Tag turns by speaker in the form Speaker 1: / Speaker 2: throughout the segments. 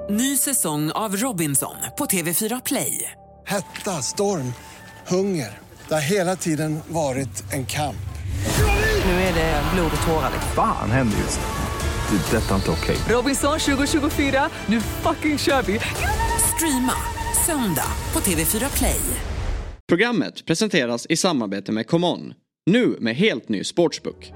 Speaker 1: Ny säsong av Robinson på TV4 Play.
Speaker 2: Hetta, storm, hunger. Det har hela tiden varit en kamp.
Speaker 1: Nu är det blod och tårar.
Speaker 3: Fan händer just nu. Det. Detta är inte okej.
Speaker 1: Robinson 2024, nu fucking kör vi. Streama söndag på TV4 Play.
Speaker 4: Programmet presenteras i samarbete med ComeOn. Nu med helt ny sportsbook.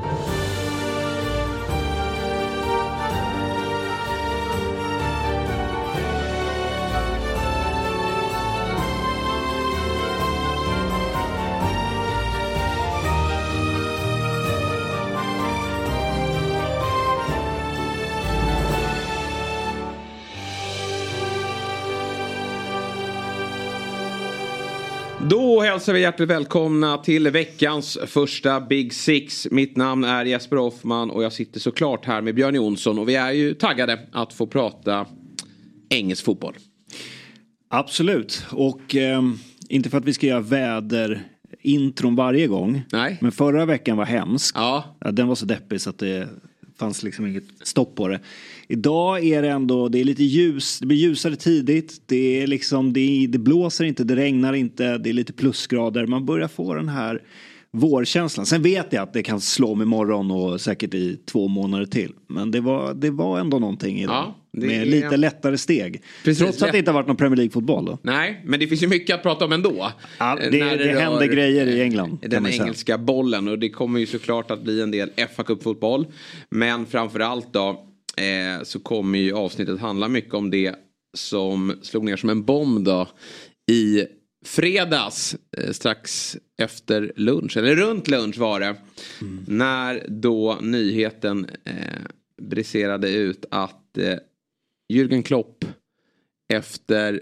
Speaker 5: Då hälsar vi hjärtligt välkomna till veckans första Big Six. Mitt namn är Jesper Hoffman och jag sitter såklart här med Björn Jonsson. Och vi är ju taggade att få prata engelsk fotboll.
Speaker 6: Absolut. Och inte för att vi ska göra väderintron varje gång.
Speaker 5: Nej.
Speaker 6: Men förra veckan var hemsk.
Speaker 5: Ja.
Speaker 6: Den var så deppig så att det fanns liksom inget stopp på det. Idag är det ändå, det är lite ljus, det blir ljusare tidigt, det är liksom, det blåser inte, det regnar inte, det är lite plusgrader, man börjar få den här vårkänslan. Sen vet jag att det kan slå med morgon och säkert i 2 månader till, men det var ändå någonting idag.
Speaker 5: Ja,
Speaker 6: med lite lättare steg.
Speaker 5: Precis,
Speaker 6: trots att det inte har varit någon Premier League-fotboll då.
Speaker 5: Nej, men det finns ju mycket att prata om ändå.
Speaker 6: Ja, det händer grejer i England.
Speaker 5: Den engelska bollen, och det kommer ju såklart att bli en del FA Cup-fotboll. Men framförallt då så kommer ju avsnittet handla mycket om det som slog ner som en bomb då i fredags strax efter lunch, eller runt lunch var det, när då nyheten briserade ut att Jürgen Klopp efter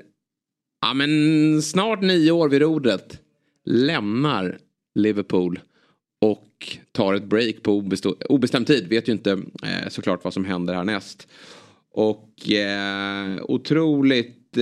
Speaker 5: snart 9 år vid rodret lämnar Liverpool och tar ett break på obestämd tid. Vet ju inte såklart vad som händer härnäst. Och otroligt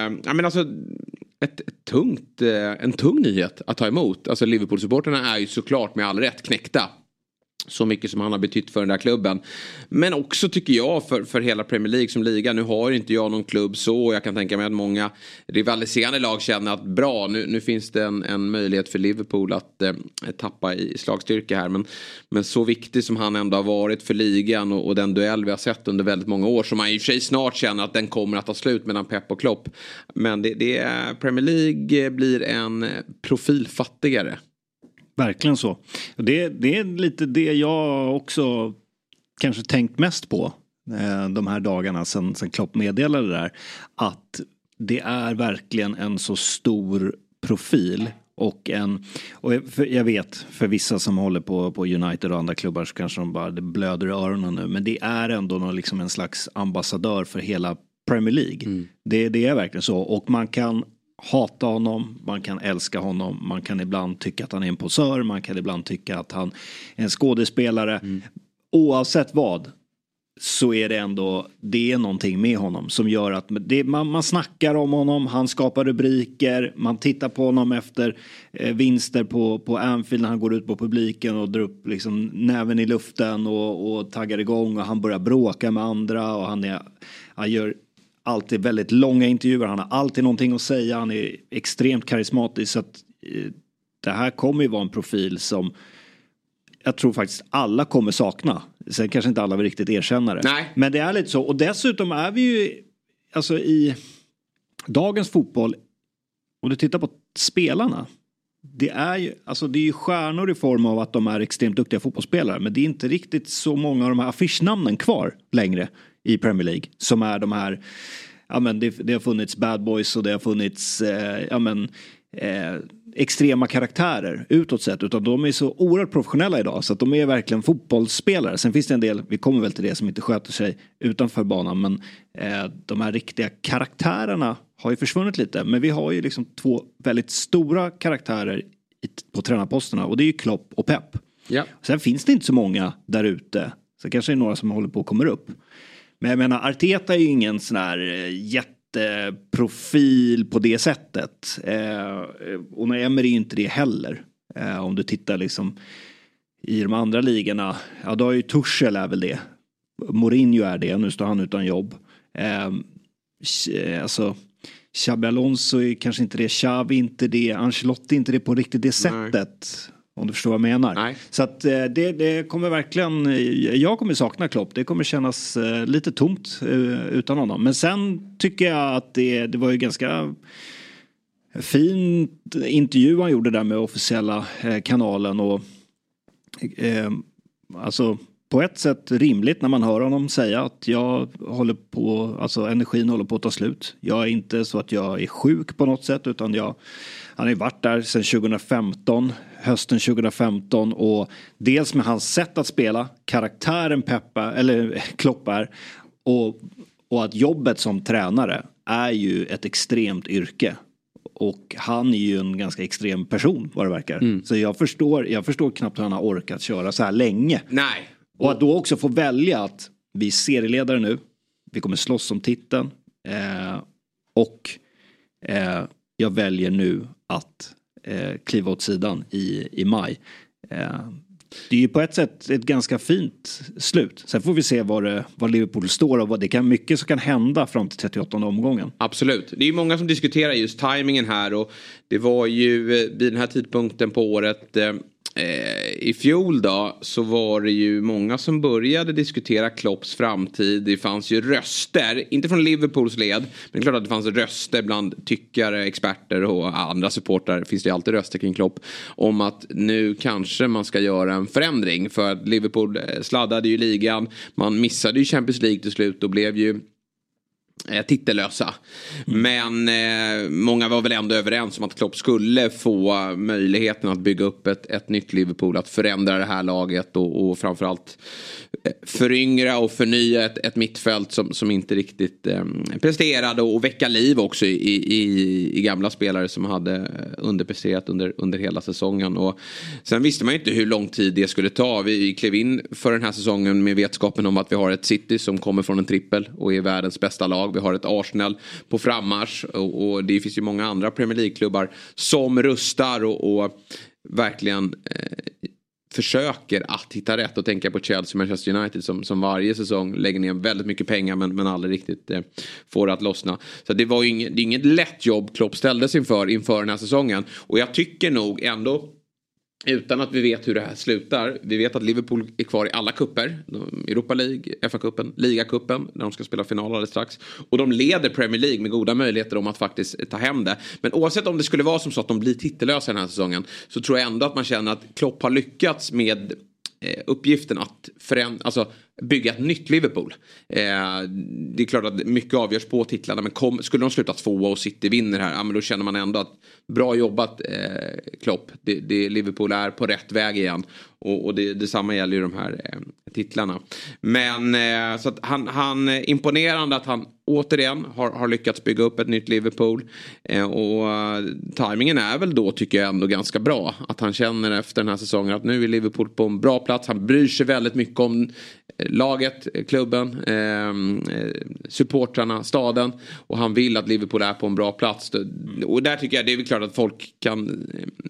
Speaker 5: en tung nyhet att ta emot. Alltså Liverpool-supporterna är ju såklart med all rätt knäckta. Så mycket som han har betytt för den där klubben. Men också tycker jag för hela Premier League som liga. Nu har inte jag någon klubb så. Jag kan tänka mig att många rivaliserande lag känner att bra, nu finns det en möjlighet för Liverpool att tappa i slagstyrka här. Men så viktig som han ändå har varit för ligan och den duell vi har sett under väldigt många år. Som man i och för sig snart känner att den kommer att ta slut mellan Pep och Klopp. Men Premier League blir en profil fattigare.
Speaker 6: Verkligen så. Det är lite det jag också kanske tänkt mest på de här dagarna sen Klopp meddelade det där. Att det är verkligen en så stor profil. Och jag vet, för vissa som håller på United och andra klubbar så kanske det blöder i öronen nu. Men det är ändå liksom en slags ambassadör för hela Premier League. Det är verkligen så. Och man kan hata honom, man kan älska honom, man kan ibland tycka att han är en posör, man kan ibland tycka att han är en skådespelare. Oavsett vad så är det ändå, det är någonting med honom som gör att man snackar om honom, han skapar rubriker, man tittar på honom efter vinster på Anfield när han går ut på publiken och drar upp liksom näven i luften och taggar igång och han börjar bråka med andra och han gör alltid väldigt långa intervjuer. Han har alltid någonting att säga. Han är extremt karismatisk. Så att det här kommer ju vara en profil som jag tror faktiskt alla kommer sakna. Sen kanske inte alla vill riktigt erkänna det.
Speaker 5: Nej.
Speaker 6: Men det är lite så. Och dessutom är vi ju alltså i dagens fotboll, om du tittar på spelarna, det är ju stjärnor i form av att de är extremt duktiga fotbollsspelare. Men det är inte riktigt så många av de här affischnamnen kvar längre i Premier League som är de här, det har funnits bad boys och det har funnits extrema karaktärer utåt sett, utan de är så oerhört professionella idag så att de är verkligen fotbollsspelare. Sen finns det en del, vi kommer väl till det, som inte sköter sig utanför banan, men de här riktiga karaktärerna har ju försvunnit lite, men vi har ju liksom 2 väldigt stora karaktärer på tränarposterna och det är ju Klopp och Pep.
Speaker 5: Ja.
Speaker 6: Sen finns det inte så många där ute, så kanske det är några som håller på att komma upp. Men jag menar, Arteta är ju ingen sån här jätteprofil på det sättet. Och när Emery är inte det heller. Om du tittar liksom i de andra ligorna. Ja, då är ju Tuchel är väl det. Mourinho är det. Nu står han utan jobb. alltså Xabi Alonso är kanske inte det, Xavi inte det, Ancelotti inte det på riktigt det sättet. Om du förstår vad jag menar.
Speaker 5: Nej.
Speaker 6: Så att det kommer verkligen, jag kommer sakna Klopp. Det kommer kännas lite tomt utan honom. Men sen tycker jag att det var ju ganska fin intervju han gjorde där med officiella kanalen. Och alltså på ett sätt rimligt när man hör honom säga att jag håller på, alltså energin håller på att ta slut. Jag är inte så att jag är sjuk på något sätt, utan han har ju varit där sedan 2015, hösten 2015, och dels med hans sätt att spela, karaktären Klopp är, och att jobbet som tränare är ju ett extremt yrke. Och han är ju en ganska extrem person vad det verkar. Så jag förstår knappt hur han har orkat köra så här länge.
Speaker 5: Nej.
Speaker 6: Och att då också få välja att vi är serieledare nu. Vi kommer slåss om titeln. Och jag väljer nu att kliva åt sidan i maj. Det är ju på ett sätt ett ganska fint slut. Sen får vi se var Liverpool står och vad det kan, mycket som kan hända fram till 38:e omgången.
Speaker 5: Absolut. Det är ju många som diskuterar just tajmingen här, och det var ju vid den här tidpunkten på året i fjol då, så var det ju många som började diskutera Klopps framtid. Det fanns ju röster, inte från Liverpools led, men det är klart att det fanns röster bland tyckare, experter och andra supportrar, finns det alltid röster kring Klopp, om att nu kanske man ska göra en förändring, för att Liverpool sladdade ju ligan, man missade ju Champions League till slut och blev ju titellösa. Men många var väl ändå överens om att Klopp skulle få möjligheten att bygga upp ett nytt Liverpool, att förändra det här laget och framförallt föryngra och förnya ett mittfält som inte riktigt presterade, och väcka liv också i gamla spelare som hade underpresterat under hela säsongen. Och sen visste man ju inte hur lång tid det skulle ta. Vi klev in för den här säsongen med vetskapen om att vi har ett City som kommer från en trippel och är världens bästa lag. Vi har ett Arsenal på frammarsch, och det finns ju många andra Premier League-klubbar som rustar och verkligen försöker att hitta rätt, och tänka på Chelsea och Manchester United som varje säsong lägger ner väldigt mycket pengar men aldrig riktigt får det att lossna. Så det var ju inget lätt jobb Klopp ställdes inför den här säsongen, och jag tycker nog ändå, utan att vi vet hur det här slutar. Vi vet att Liverpool är kvar i alla kupper. Europa League, FA-cupen, Liga-cupen, där de ska spela final alldeles strax. Och de leder Premier League med goda möjligheter om att faktiskt ta hem det. Men oavsett om det skulle vara som så att de blir titellösa den här säsongen, så tror jag ändå att man känner att Klopp har lyckats med uppgiften att bygga ett nytt Liverpool. Det är klart att mycket avgörs på titlarna, men skulle de sluta 2 och City vinner här, men då känner man ändå att bra jobbat Klopp. Liverpool är på rätt väg igen, och detsamma gäller ju de här titlarna. Men så att han imponerande att han återigen har lyckats bygga upp ett nytt Liverpool, och tajmingen är väl då, tycker jag ändå ganska bra, att han känner efter den här säsongen att nu är Liverpool på en bra plats. Han bryr sig väldigt mycket om laget, klubben, supportrarna, staden, och han vill att Liverpool är på en bra plats. Och där tycker jag det är väl klart att folk kan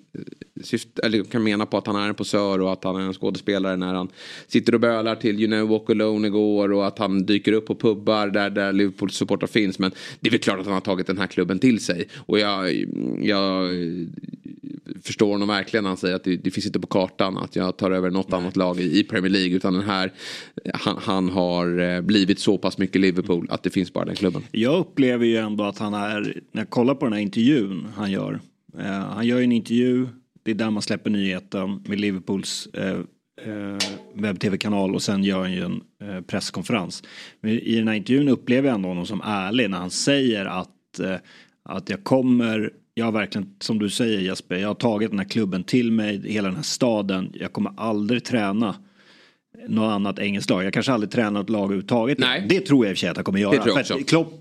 Speaker 5: mena på att han är en posör och att han är en skådespelare när han sitter och bölar till You Know Walk Alone igår, och att han dyker upp på pubbar där Liverpools supportrar finns. Men det är väl klart att han har tagit den här klubben till sig, och jag förstår honom verkligen när han säger att det finns inte på kartan att jag tar över något annat lag i Premier League, utan den här han har blivit så pass mycket Liverpool att det finns bara den klubben.
Speaker 6: Jag upplever ju ändå att han är, när jag kollar på den här intervjun han gör ju en intervju, det är där man släpper nyheten med Liverpools webb-tv-kanal, och sen gör han ju en presskonferens. Men i den här intervjun upplever jag ändå honom som ärlig när han säger att jag har verkligen, som du säger Jesper, jag har tagit den här klubben till mig, hela den här staden, jag kommer aldrig träna något annat engelskt lag. Jag kanske aldrig tränar ett lag överhuvudtaget. Nej. Det tror jag i och för sig att han kommer göra.
Speaker 5: Det tror jag
Speaker 6: Klopp,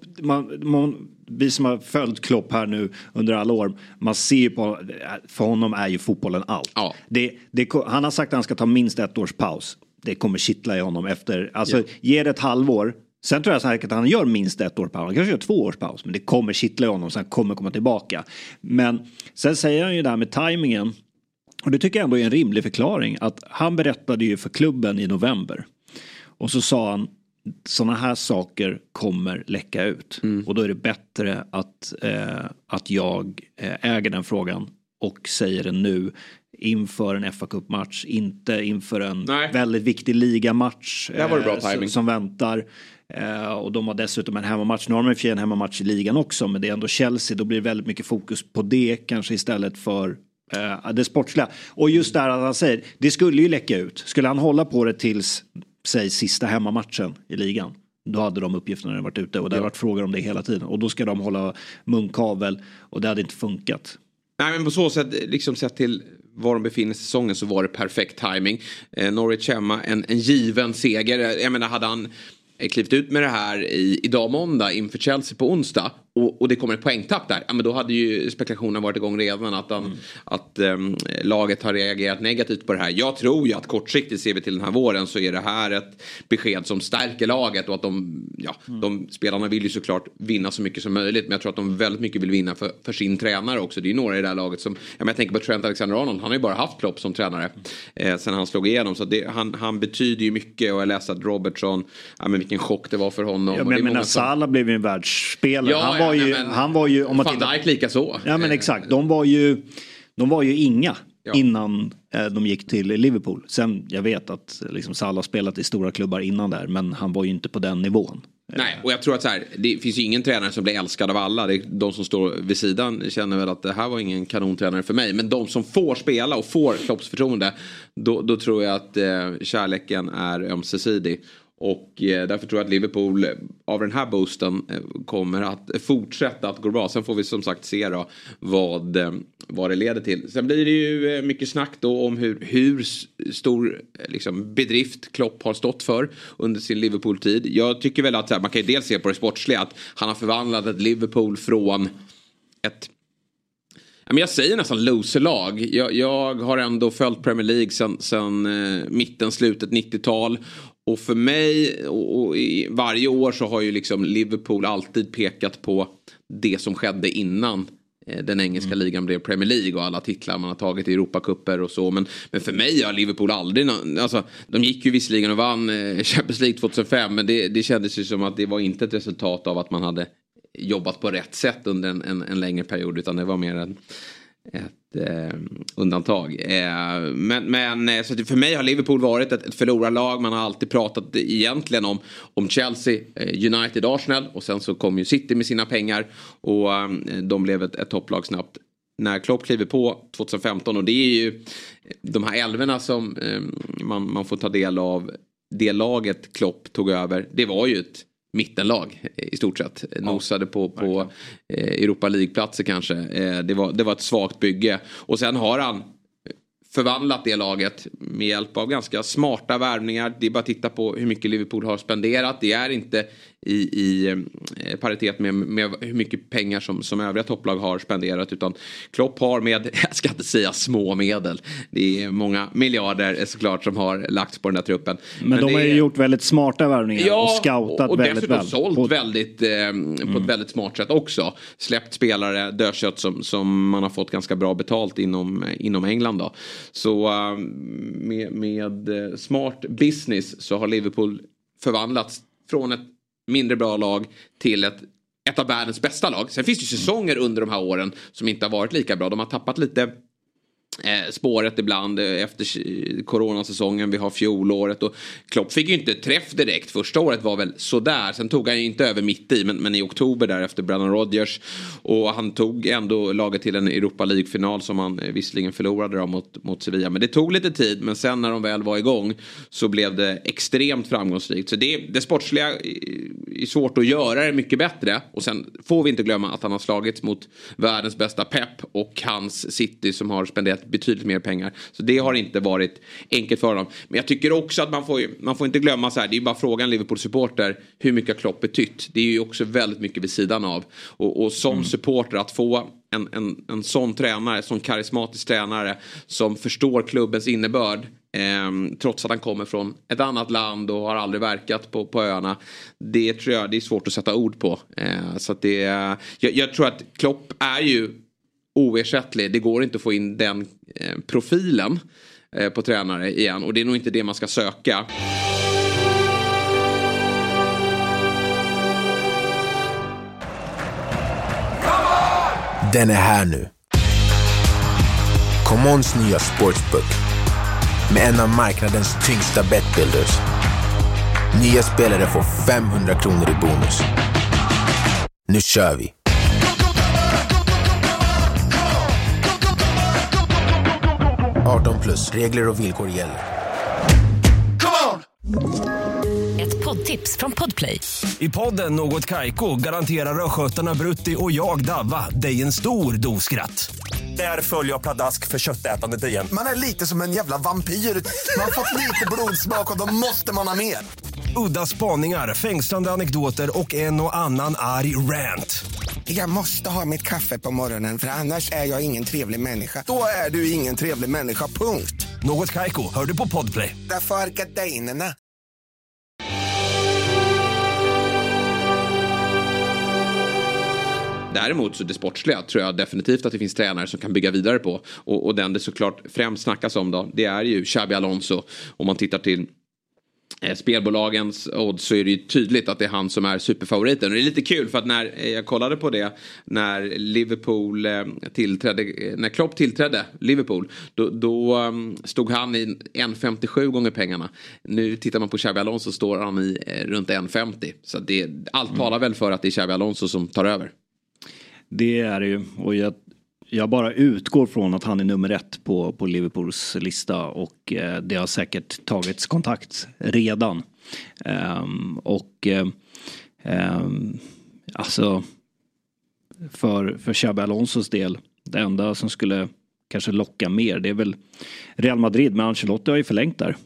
Speaker 6: vi som har följt Klopp här nu under alla år, man ser på, för honom är ju fotbollen allt. Ja. Han har sagt att han ska ta minst 1 års paus. Det kommer kittla i honom efter, ge det ett halvår. Sen tror jag så här att han gör minst 1 år paus. Han kanske gör 2 års paus, men det kommer kittla i honom, så han kommer komma tillbaka. Men sen säger han ju det här med tajmingen, och det tycker jag ändå är en rimlig förklaring, att han berättade ju för klubben i november. Och så sa han, sådana här saker kommer läcka ut. Och då är det bättre att jag äger den frågan och säger det nu inför en FA-cupmatch, inte inför en väldigt viktig ligamatch som väntar. Och de har dessutom en hemmamatch. Nu har de i en hemmamatch i ligan också, men det är ändå Chelsea. Då blir det väldigt mycket fokus på det kanske istället för det sportsliga. Och just där att han säger, det skulle ju läcka ut. Skulle han hålla på det tills, säg, sista hemmamatchen i ligan, då hade de uppgifterna varit ute. Och det har varit frågor om det hela tiden. Och då ska de hålla munkavel, och det hade inte funkat.
Speaker 5: Nej, men på så sätt, liksom sett till var de befinner sig i säsongen, så var det perfekt timing. Norwich hemma, en given seger. Jag menar, hade han klivit ut med det här idag måndag inför Chelsea på onsdag och det kommer ett poängtapp där, ja, men då hade ju spekulationen varit igång redan att laget har reagerat negativt på det här. Jag tror ju att kortsiktigt, ser vi till den här våren, så är det här ett besked som stärker laget, och att de spelarna vill ju såklart vinna så mycket som möjligt, men jag tror att de väldigt mycket vill vinna för sin tränare också. Det är ju några i det här laget som, jag tänker på Trent Alexander-Arnold, han har ju bara haft Klopp som tränare sen han slog igenom, så han betyder ju mycket. Och jag läste att Robertson, men vilken chock det var för honom.
Speaker 6: Ja, men Salah blev ju en världsspelare. Han var ju om
Speaker 5: Van Dijk lika så.
Speaker 6: Ja, men exakt. De var ju inga innan de gick till Liverpool. Sen, jag vet att liksom Salah spelat i stora klubbar innan där, men han var ju inte på den nivån.
Speaker 5: Nej, och jag tror att så här, det finns ju ingen tränare som blir älskad av alla. De som står vid sidan känner väl att det här var ingen kanontränare för mig. Men de som får spela och får Klopps förtroende, då tror jag att kärleken är ömsesidig. Och därför tror jag att Liverpool av den här boosten kommer att fortsätta att gå bra. Sen får vi som sagt se då vad det leder till. Sen blir det ju mycket snack då om hur stor liksom, bedrift Klopp har stått för under sin Liverpool-tid. Jag tycker väl att man kan ju dels se på det sportsliga att han har förvandlat ett Liverpool från ett... Jag säger nästan loser-lag. Jag har ändå följt Premier League sen mitten, slutet 90-tal. Och för mig, och varje år så har ju liksom Liverpool alltid pekat på det som skedde innan den engelska ligan blev Premier League och alla titlar man har tagit i Europacuper och så. Men för mig har Liverpool aldrig... Alltså, de gick ju visserligen och vann Champions League 2005, men det kändes ju som att det var inte ett resultat av att man hade jobbat på rätt sätt under en längre period, utan det var mer ett undantag. Men så för mig har Liverpool varit ett förlorarlag. Man har alltid pratat egentligen om Chelsea, United, Arsenal, och sen så kom ju City med sina pengar och de blev ett topplag snabbt. När Klopp kliver på 2015, och det är ju de här älvorna som man får ta del av, det laget Klopp tog över, det var ju ett mittenlag i stort sett. Nosade på Europa League-platser kanske. Det var ett svagt bygge. Och sen har han förvandlat det laget med hjälp av ganska smarta värvningar. Det är bara att titta på hur mycket Liverpool har spenderat. Det är inte i paritet med hur mycket pengar som övriga topplag har spenderat, utan Klopp har med, jag ska inte säga små medel, det är många miljarder såklart som har lagts på den här truppen.
Speaker 6: Men de har ju gjort väldigt smarta värvningar och scoutat
Speaker 5: och
Speaker 6: väldigt väl.
Speaker 5: Och dessutom sålt väldigt på ett väldigt smart sätt också. Släppt spelare, dödkött som man har fått ganska bra betalt inom England då. Så med smart business så har Liverpool förvandlats från ett mindre bra lag till ett av världens bästa lag. Sen finns det ju säsonger under de här åren som inte har varit lika bra. De har tappat lite spåret ibland efter coronasäsongen. Vi har fjolåret och Klopp fick ju inte träff direkt. Första året var väl sådär. Sen tog han ju inte över mitt i, men i oktober där efter Brendan Rodgers, och han tog ändå laget till en Europa League-final som han visserligen förlorade då mot Sevilla. Men det tog lite tid, men sen när de väl var igång så blev det extremt framgångsrikt. Så det sportsliga är svårt att göra det mycket bättre. Och sen får vi inte glömma att han har slagits mot världens bästa Pep och hans City som har spenderat betydligt mer pengar. Så det har inte varit enkelt för dem. Men jag tycker också att man får inte glömma så här, det är bara frågan Liverpool-supporter, hur mycket Klopp betytt. Det är ju också väldigt mycket vid sidan av. Och som supporter att få en sån tränare, en sån karismatisk tränare som förstår klubbens innebörd, trots att han kommer från ett annat land och har aldrig verkat på öarna, det tror jag det är svårt att sätta ord på. Så att jag tror att Klopp är ju oersättlig. Det går inte att få in den profilen på tränare igen, och det är nog inte det man ska söka.
Speaker 7: Den är här nu. Commons nya sportsbook med en av marknadens tyngsta betbuilders. Nya spelare får 500 kronor i bonus. Nu kör vi! +. Regler och villkor gäller.
Speaker 8: Ett poddtips från Podplay.
Speaker 9: I podden Något Kaiko garanterar röskötarna Brutti och jag Davva dig en stor doskratt. Där följer jag pladask för köttätandet igen.
Speaker 10: Man är lite som en jävla vampyr. Man har fått lite blodsmak och då måste man ha mer.
Speaker 9: Udda spaningar, fängslande anekdoter och en och annan arg rant.
Speaker 10: Jag måste ha mitt kaffe på morgonen för annars är jag ingen trevlig människa. Då är du ingen trevlig människa, punkt.
Speaker 9: Något Kaiko, hör du på Podplay.
Speaker 10: Därför är gardinerna.
Speaker 5: Däremot så det sportsliga tror jag definitivt att det finns tränare som kan bygga vidare på. Och den det såklart främst snackas om då, det är ju Xabi Alonso. Om man tittar till spelbolagens odds så är det ju tydligt att det är han som är superfavoriten. Och det är lite kul för att när jag kollade på det när Liverpool tillträdde, när Klopp tillträdde Liverpool, då stod han i 1,57 gånger pengarna. Nu tittar man på Xabi Alonso står han i runt 1,50. Så allt talar väl för att det är Xabi Alonso som tar över.
Speaker 6: Det är det ju, och jag bara utgår från att han är nummer 1 på Liverpools lista, och det har säkert tagits kontakt redan. Alltså för Xabi Alonsos del, det enda som skulle kanske locka mer, det är väl Real Madrid, men Ancelotti har ju förlängt där.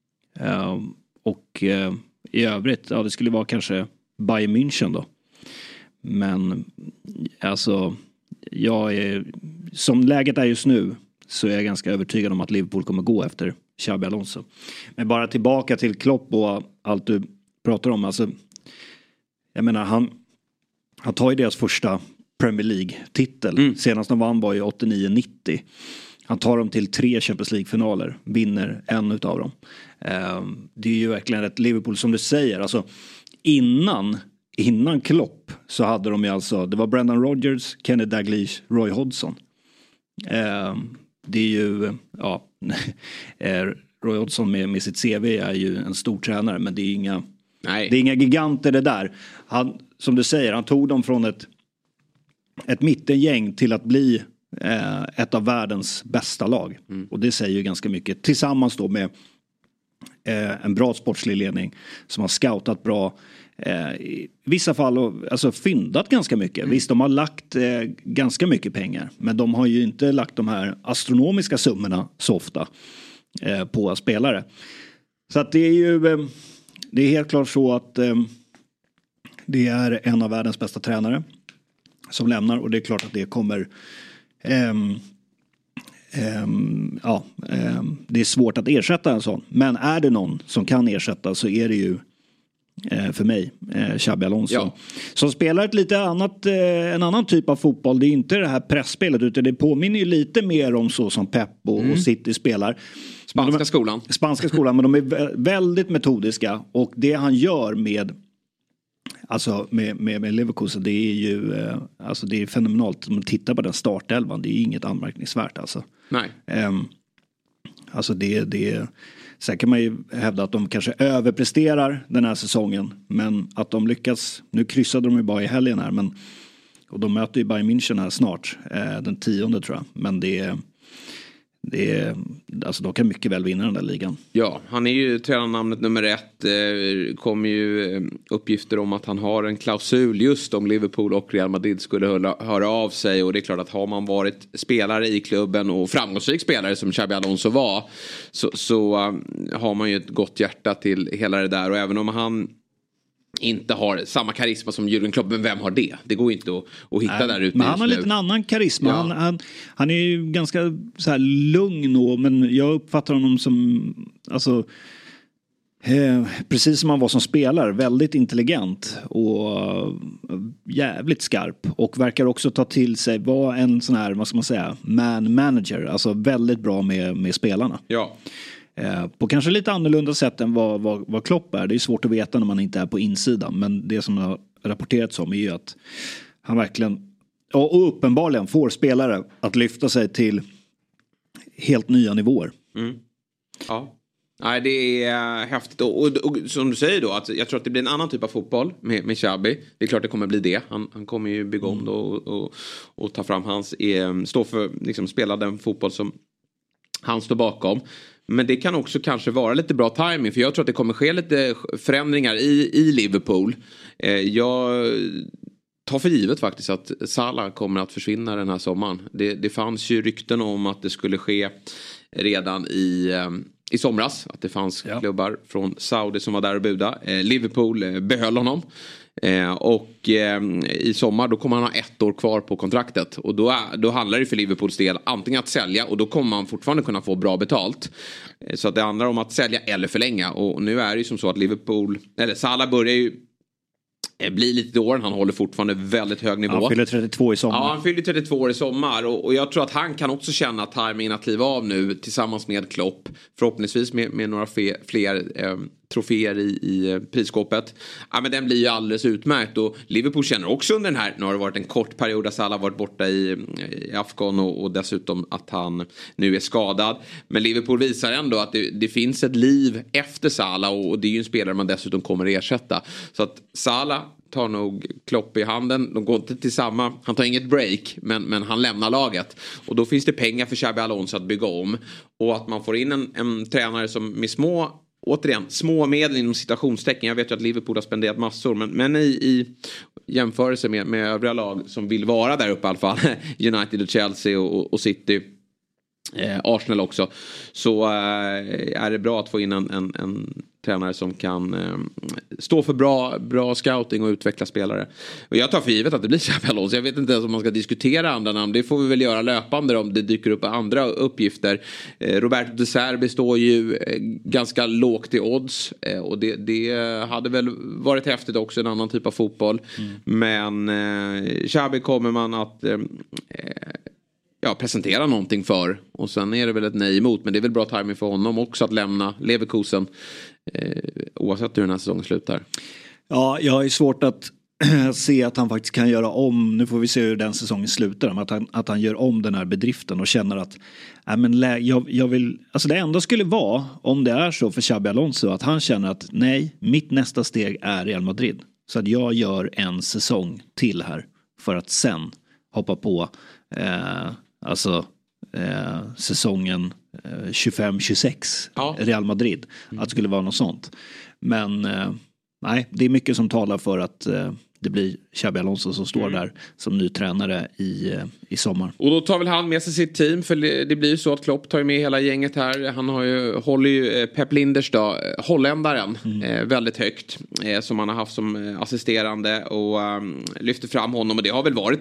Speaker 6: I övrigt, det skulle vara kanske Bayern München då. Men alltså som läget är just nu så är jag ganska övertygad om att Liverpool kommer gå efter Xabi Alonso. Men bara tillbaka till Klopp och allt du pratar om. Alltså, jag menar, han tar ju deras första Premier League-titel. Senast de vann var ju 89-90. Han tar dem till 3 Champions League-finaler. Vinner en utav dem. Det är ju verkligen ett Liverpool som du säger. Alltså, innan Klopp så hade de ju alltså, det var Brendan Rodgers, Kenny Dalglish, Roy Hodgson. Det är ju, Roy Hodgson med sitt CV är ju en stor tränare, men det är inga giganter det där. Han, som du säger, han tog dem från ett mittengäng till att bli ett av världens bästa lag. Och det säger ju ganska mycket. Tillsammans då med en bra sportslig ledning som har scoutat bra, i vissa fall alltså fyndat ganska mycket. Visst, de har lagt ganska mycket pengar, men de har ju inte lagt de här astronomiska summorna så ofta på spelare. Så att det är ju det är helt klart så att det är en av världens bästa tränare som lämnar, och det är klart att det kommer det är svårt att ersätta en sån, men är det någon som kan ersätta så är det ju för mig Xabi Alonso, som spelar ett lite annat en annan typ av fotboll. Det är inte det här pressspelet, utan det påminner ju lite mer om så som Pep och City spelar. Spanska skolan, men de är väldigt metodiska, och det han gör med Leverkusen, det är ju alltså det är fenomenalt. Om man tittar på den startelvan, det är inget anmärkningsvärt alltså.
Speaker 5: Nej.
Speaker 6: Alltså det sen kan man ju hävda att de kanske överpresterar den här säsongen, men att de lyckas, nu kryssade de ju bara i helgen här, och de möter ju Bayern München här snart, den 10:e tror jag, men alltså de kan mycket väl vinna den där ligan.
Speaker 5: Ja, han är ju tränarnamnet nummer 1. Kommer ju uppgifter om att han har en klausul just om Liverpool och Real Madrid skulle höra av sig. Och det är klart att har man varit spelare i klubben och framgångsrik spelare som Xabi Alonso var, så har man ju ett gott hjärta till hela det där. Och även om han inte har samma karisma som Jürgen Klopp, men vem har det? Det går inte att hitta där ute.
Speaker 6: Men han har lite en annan karisma. Ja. Han är ju ganska så här lugn, men jag uppfattar honom som alltså precis som han var som spelare, väldigt intelligent och jävligt skarp, och verkar också ta till sig, vara en sån här, vad ska man säga, man manager, alltså väldigt bra med spelarna.
Speaker 5: Ja.
Speaker 6: På kanske lite annorlunda sätt än vad Klopp är. Det är svårt att veta när man inte är på insidan, men det som har rapporterats om är ju att han verkligen och uppenbarligen får spelare att lyfta sig till helt nya nivåer.
Speaker 5: Ja. Nej, det är häftigt. Och som du säger då, att jag tror att det blir en annan typ av fotboll med Xabi. Det är klart det kommer bli det. Han kommer ju bygga om då och ta fram hans... stå för, liksom, spela den fotboll som han står bakom. Men det kan också kanske vara lite bra timing. För jag tror att det kommer ske lite förändringar i Liverpool. Jag tar för givet faktiskt att Salah kommer att försvinna den här sommaren. Det fanns ju rykten om att det skulle ske redan i somras. Att det fanns klubbar från Saudi som var där och buda. Liverpool behöll honom. Och i sommar då kommer han ha 1 år kvar på kontraktet. Och då handlar det för Liverpools del antingen att sälja. Och då kommer man fortfarande kunna få bra betalt. Så att det handlar om att sälja eller förlänga. Och nu är det ju som så att Salah börjar ju blir lite år. Han håller fortfarande väldigt hög nivå.
Speaker 6: Han fyller 32 i sommar.
Speaker 5: Ja, han fyller 32 år i sommar. Och jag tror att han kan också känna tajmingen att kliva av nu tillsammans med Klopp. Förhoppningsvis med några fler troféer i prisskåpet. Ja, men den blir ju alldeles utmärkt. Och Liverpool känner också under den här. Nu har det varit en kort period där Salah varit borta i Afcon och dessutom att han nu är skadad. Men Liverpool visar ändå att det finns ett liv efter Salah och det är ju en spelare man dessutom kommer ersätta. Så att Salah tar nog Klopp i handen. De går inte till samma. Han tar inget break men han lämnar laget. Och då finns det pengar för Xabi Alonso att bygga om. Och att man får in en tränare som med små medel inom citationstecken. Jag vet ju att Liverpool har spenderat massor. Men i jämförelse med övriga lag som vill vara där uppe i alla fall. United och Chelsea och City. Arsenal också. Så är det bra att få in en tränare som kan stå för bra scouting och utveckla spelare. Och jag tar för givet att det blir Xabi Alonso. Jag vet inte ens om man ska diskutera andra namn. Det får vi väl göra löpande om det dyker upp andra uppgifter. Roberto De Zerbi står ju ganska lågt i odds. Och det hade väl varit häftigt också, en annan typ av fotboll. Men Xabi kommer man att presentera någonting för. Och sen är det väl ett nej emot. Men det är väl bra timing för honom också att lämna Leverkusen. Oavsett hur den här säsongen slutar.
Speaker 6: Ja, jag har ju svårt att se att han faktiskt kan göra om. Nu får vi se hur den säsongen slutar. Att han gör om den här bedriften och känner att jag vill, alltså det enda skulle vara, om det är så för Xabi Alonso, att han känner att nej, mitt nästa steg är Real Madrid. Så att jag gör en säsong till här för att sen hoppa på säsongen 25-26 Real Madrid. Att det skulle vara något sånt. Men nej, det är mycket som talar för att det blir Xabi Alonso som står där som ny tränare i sommar.
Speaker 5: Och då tar väl han med sig sitt team, för det blir ju så att Klopp tar med hela gänget här. Han håller ju Pep Linders då, holländaren, väldigt högt, som han har haft som assisterande och lyfter fram honom, och det har väl varit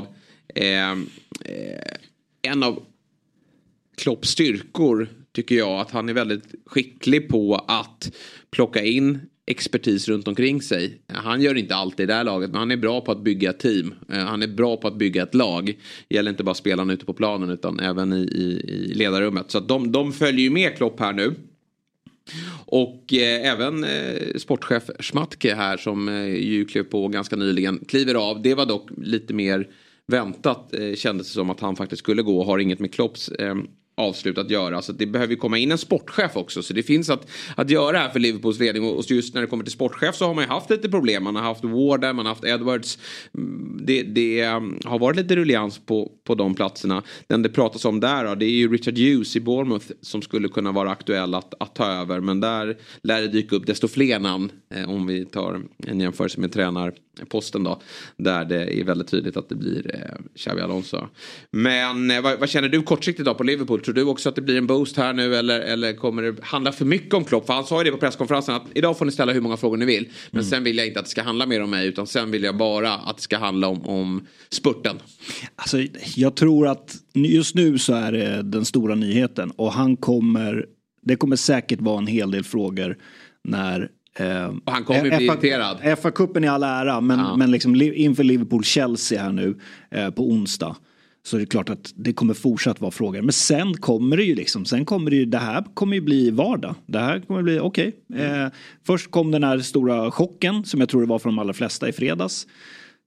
Speaker 5: en av Klopps styrkor, tycker jag, att han är väldigt skicklig på att plocka in expertis runt omkring sig. Han gör inte alltid i det här laget, men han är bra på att bygga ett team. Han är bra på att bygga ett lag. Det gäller inte bara spelarna ute på planen utan även i ledarrummet. Så att de följer ju med Klopp här nu. Och även sportchef Schmatke här, som ju klev på ganska nyligen, kliver av. Det var dock lite mer väntat, kändes det som att han faktiskt skulle gå, och har inget med Klopps avslut att göra. Så det behöver komma in en sportchef också. Så det finns att göra här för Liverpools ledning. Och just när det kommer till sportchef så har man ju haft lite problem. Man har haft Ward där, man har haft Edwards. Det har varit lite rullians på de platserna. Den det pratas om där då, det är ju Richard Hughes i Bournemouth som skulle kunna vara aktuell att ta över. Men där lär det dyka upp desto fler namn, om vi tar en jämförelse med tränarposten då. Där det är väldigt tydligt att det blir Xabi Alonso. Men vad känner du kortsiktigt då på Liverpool? Tror du också att det blir en boost här nu, eller kommer det handla för mycket om Klopp? För han sa ju det på presskonferensen att idag får ni ställa hur många frågor ni vill. Men sen vill jag inte att det ska handla mer om mig, utan sen vill jag bara att det ska handla om spurten. Alltså,
Speaker 6: jag tror att just nu så är det den stora nyheten. Och det kommer säkert vara en hel del frågor när
Speaker 5: och han kommer bli irriterad.
Speaker 6: FA-cupen i all ära, men liksom inför Liverpool-Chelsea här nu på onsdag, så är det klart att det kommer fortsatt vara frågor. Men sen kommer det ju det här kommer ju bli vardag. Det här kommer bli först kom den här stora chocken som jag tror det var för de allra flesta i fredags.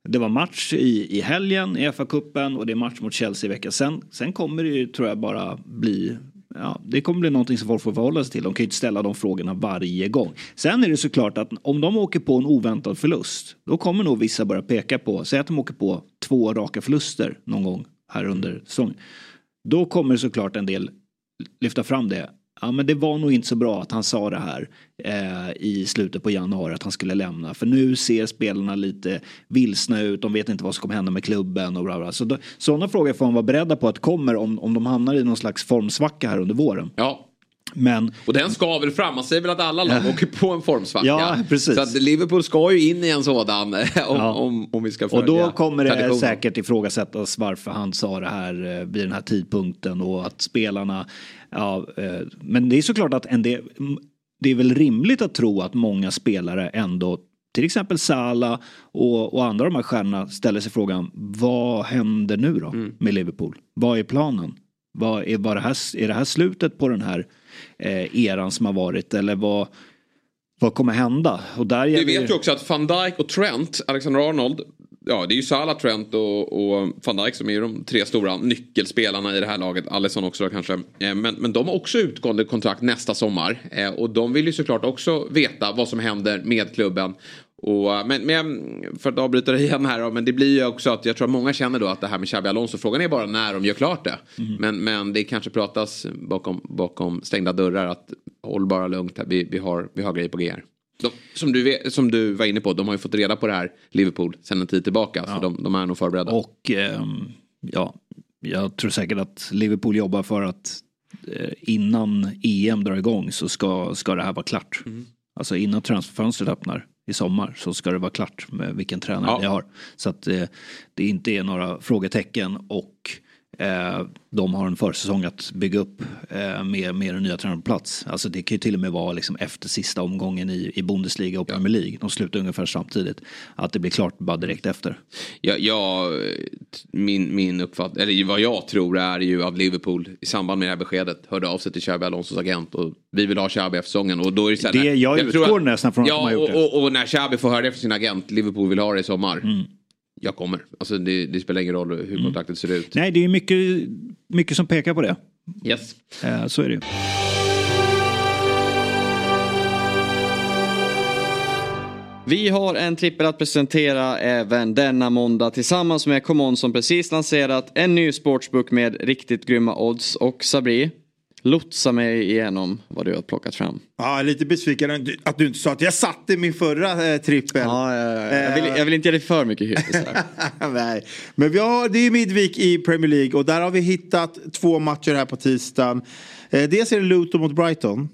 Speaker 6: Det var match i helgen i FA-cupen och det är match mot Chelsea i veckan. Sen kommer det ju, tror jag, bara bli... Ja, det kommer bli någonting som folk får förhålla sig till. De kan ju inte ställa de frågorna varje gång. Sen är det såklart att om de åker på en oväntad förlust, då kommer nog vissa börja peka på, säg att de åker på 2 raka förluster någon gång här under säsongen. Då kommer såklart en del lyfta fram det. Ja, men det var nog inte så bra att han sa det här i slutet på januari att han skulle lämna. För nu ser spelarna lite vilsna ut. De vet inte vad som kommer hända med klubben och bla bla. Så sådana frågor får man vara beredda på att kommer om de hamnar i någon slags formsvacka här under våren.
Speaker 5: Ja.
Speaker 6: Men,
Speaker 5: och den ska väl fram. Man säger väl att alla lag åker på en formsvacka.
Speaker 6: Ja, precis.
Speaker 5: Så att Liverpool ska ju in i en sådan om vi ska följa.
Speaker 6: Och då kommer det säkert ifrågasättas varför han sa det här vid den här tidpunkten och att spelarna men det är såklart att det är väl rimligt att tro att många spelare ändå, till exempel Salah och andra av de här stjärnorna, ställer sig frågan, vad händer nu då med Liverpool? Vad är planen? Är det här slutet på den här eran som har varit, eller vad kommer hända? Och där
Speaker 5: vi vet ju också att Van Dijk och Trent, Alexander-Arnold, ja, det är ju Salah, Trent och Van Dijk som är de 3 stora nyckelspelarna i det här laget. Alisson också då, kanske. Men de har också utgående kontrakt nästa sommar. Och de vill ju såklart också veta vad som händer med klubben. Men för att avbryta det igen här då, men det blir ju också att jag tror att många känner då att det här med Xabi Alonso, frågan är bara när de gör klart det. Men det kanske pratas bakom stängda dörrar att håll bara lugnt här, vi har grejer på G här. Som du var inne på, de har ju fått reda på det här Liverpool sedan en tid tillbaka, så de är nog förberedda.
Speaker 6: Och jag tror säkert att Liverpool jobbar för att innan EM drar igång så ska det här vara klart. Alltså innan transferfönstret öppnar i sommar så ska det vara klart med vilken tränare ni har. Så att det inte är några frågetecken och de har en försäsong att bygga upp med den nya tränaren på plats. Alltså det kan ju till och med vara liksom efter sista omgången i Bundesliga och Premier League. De slutar ungefär samtidigt. Att det blir klart bara direkt efter. Min uppfattning, eller vad jag tror är ju att Liverpool i samband med det här beskedet hörde av sig till Xabi Alonsos agent och vi vill ha Xabi efter säsongen. Och då är det så här, jag utgår nästan från att de har gjort det.
Speaker 5: Och när Xabi får höra det från sin agent, Liverpool vill ha det i sommar. Jag kommer. Alltså det spelar ingen roll hur kontraktet ser ut.
Speaker 6: Nej, det är mycket som pekar på det.
Speaker 5: Yes.
Speaker 6: Så är det ju.
Speaker 4: Vi har en trippel att presentera även denna måndag tillsammans med Common som precis lanserat en ny sportsbook med riktigt grymma odds. Och Sabri, lotsa mig igenom vad du har plockat fram.
Speaker 11: Ja, lite besviken att du inte sa att jag satte min förra trippel.
Speaker 4: Jag vill inte ge dig för mycket hyss.
Speaker 11: Nej, men det är Midweek i Premier League och där har vi hittat 2 matcher här på tisdagen. Dels är det Luton mot Brighton.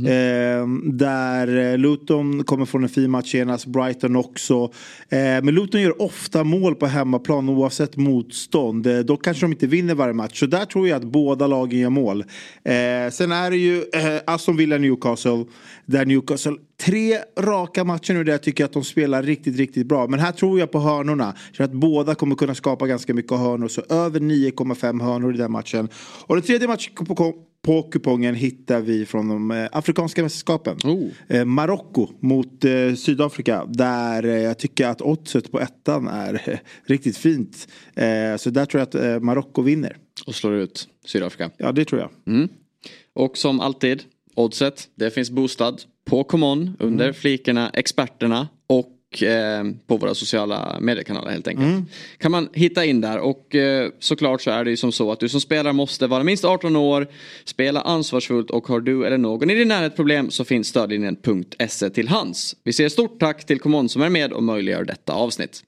Speaker 11: Där Luton kommer från en fin match senast, Brighton också. Men Luton gör ofta mål på hemmaplan oavsett motstånd. Då kanske de inte vinner varje match. Så där tror jag att båda lagen gör mål. Sen är det ju Aston Villa Newcastle. Där Newcastle 3 raka matcher nu där jag tycker att de spelar riktigt, riktigt bra. Men här tror jag på hörnorna. Så att båda kommer kunna skapa ganska mycket hörnor. Så över 9,5 hörnor i den matchen. Och den tredje matchen på kupongen hittar vi från de afrikanska mästerskapen. Marocko mot Sydafrika. Där jag tycker att oddset på ettan är riktigt fint. Så där tror jag att Marocko vinner.
Speaker 4: Och slår ut Sydafrika.
Speaker 11: Ja, det tror jag.
Speaker 4: Och som alltid, oddset, det finns boostad på Common under flikarna experterna och på våra sociala mediekanaler helt enkelt. Kan man hitta in där och såklart så är det ju som så att du som spelare måste vara minst 18 år, spela ansvarsfullt och har du eller någon i din närhet problem så finns stödlinjen.se till hands. Vi säger stort tack till Common som är med och möjliggör detta avsnitt.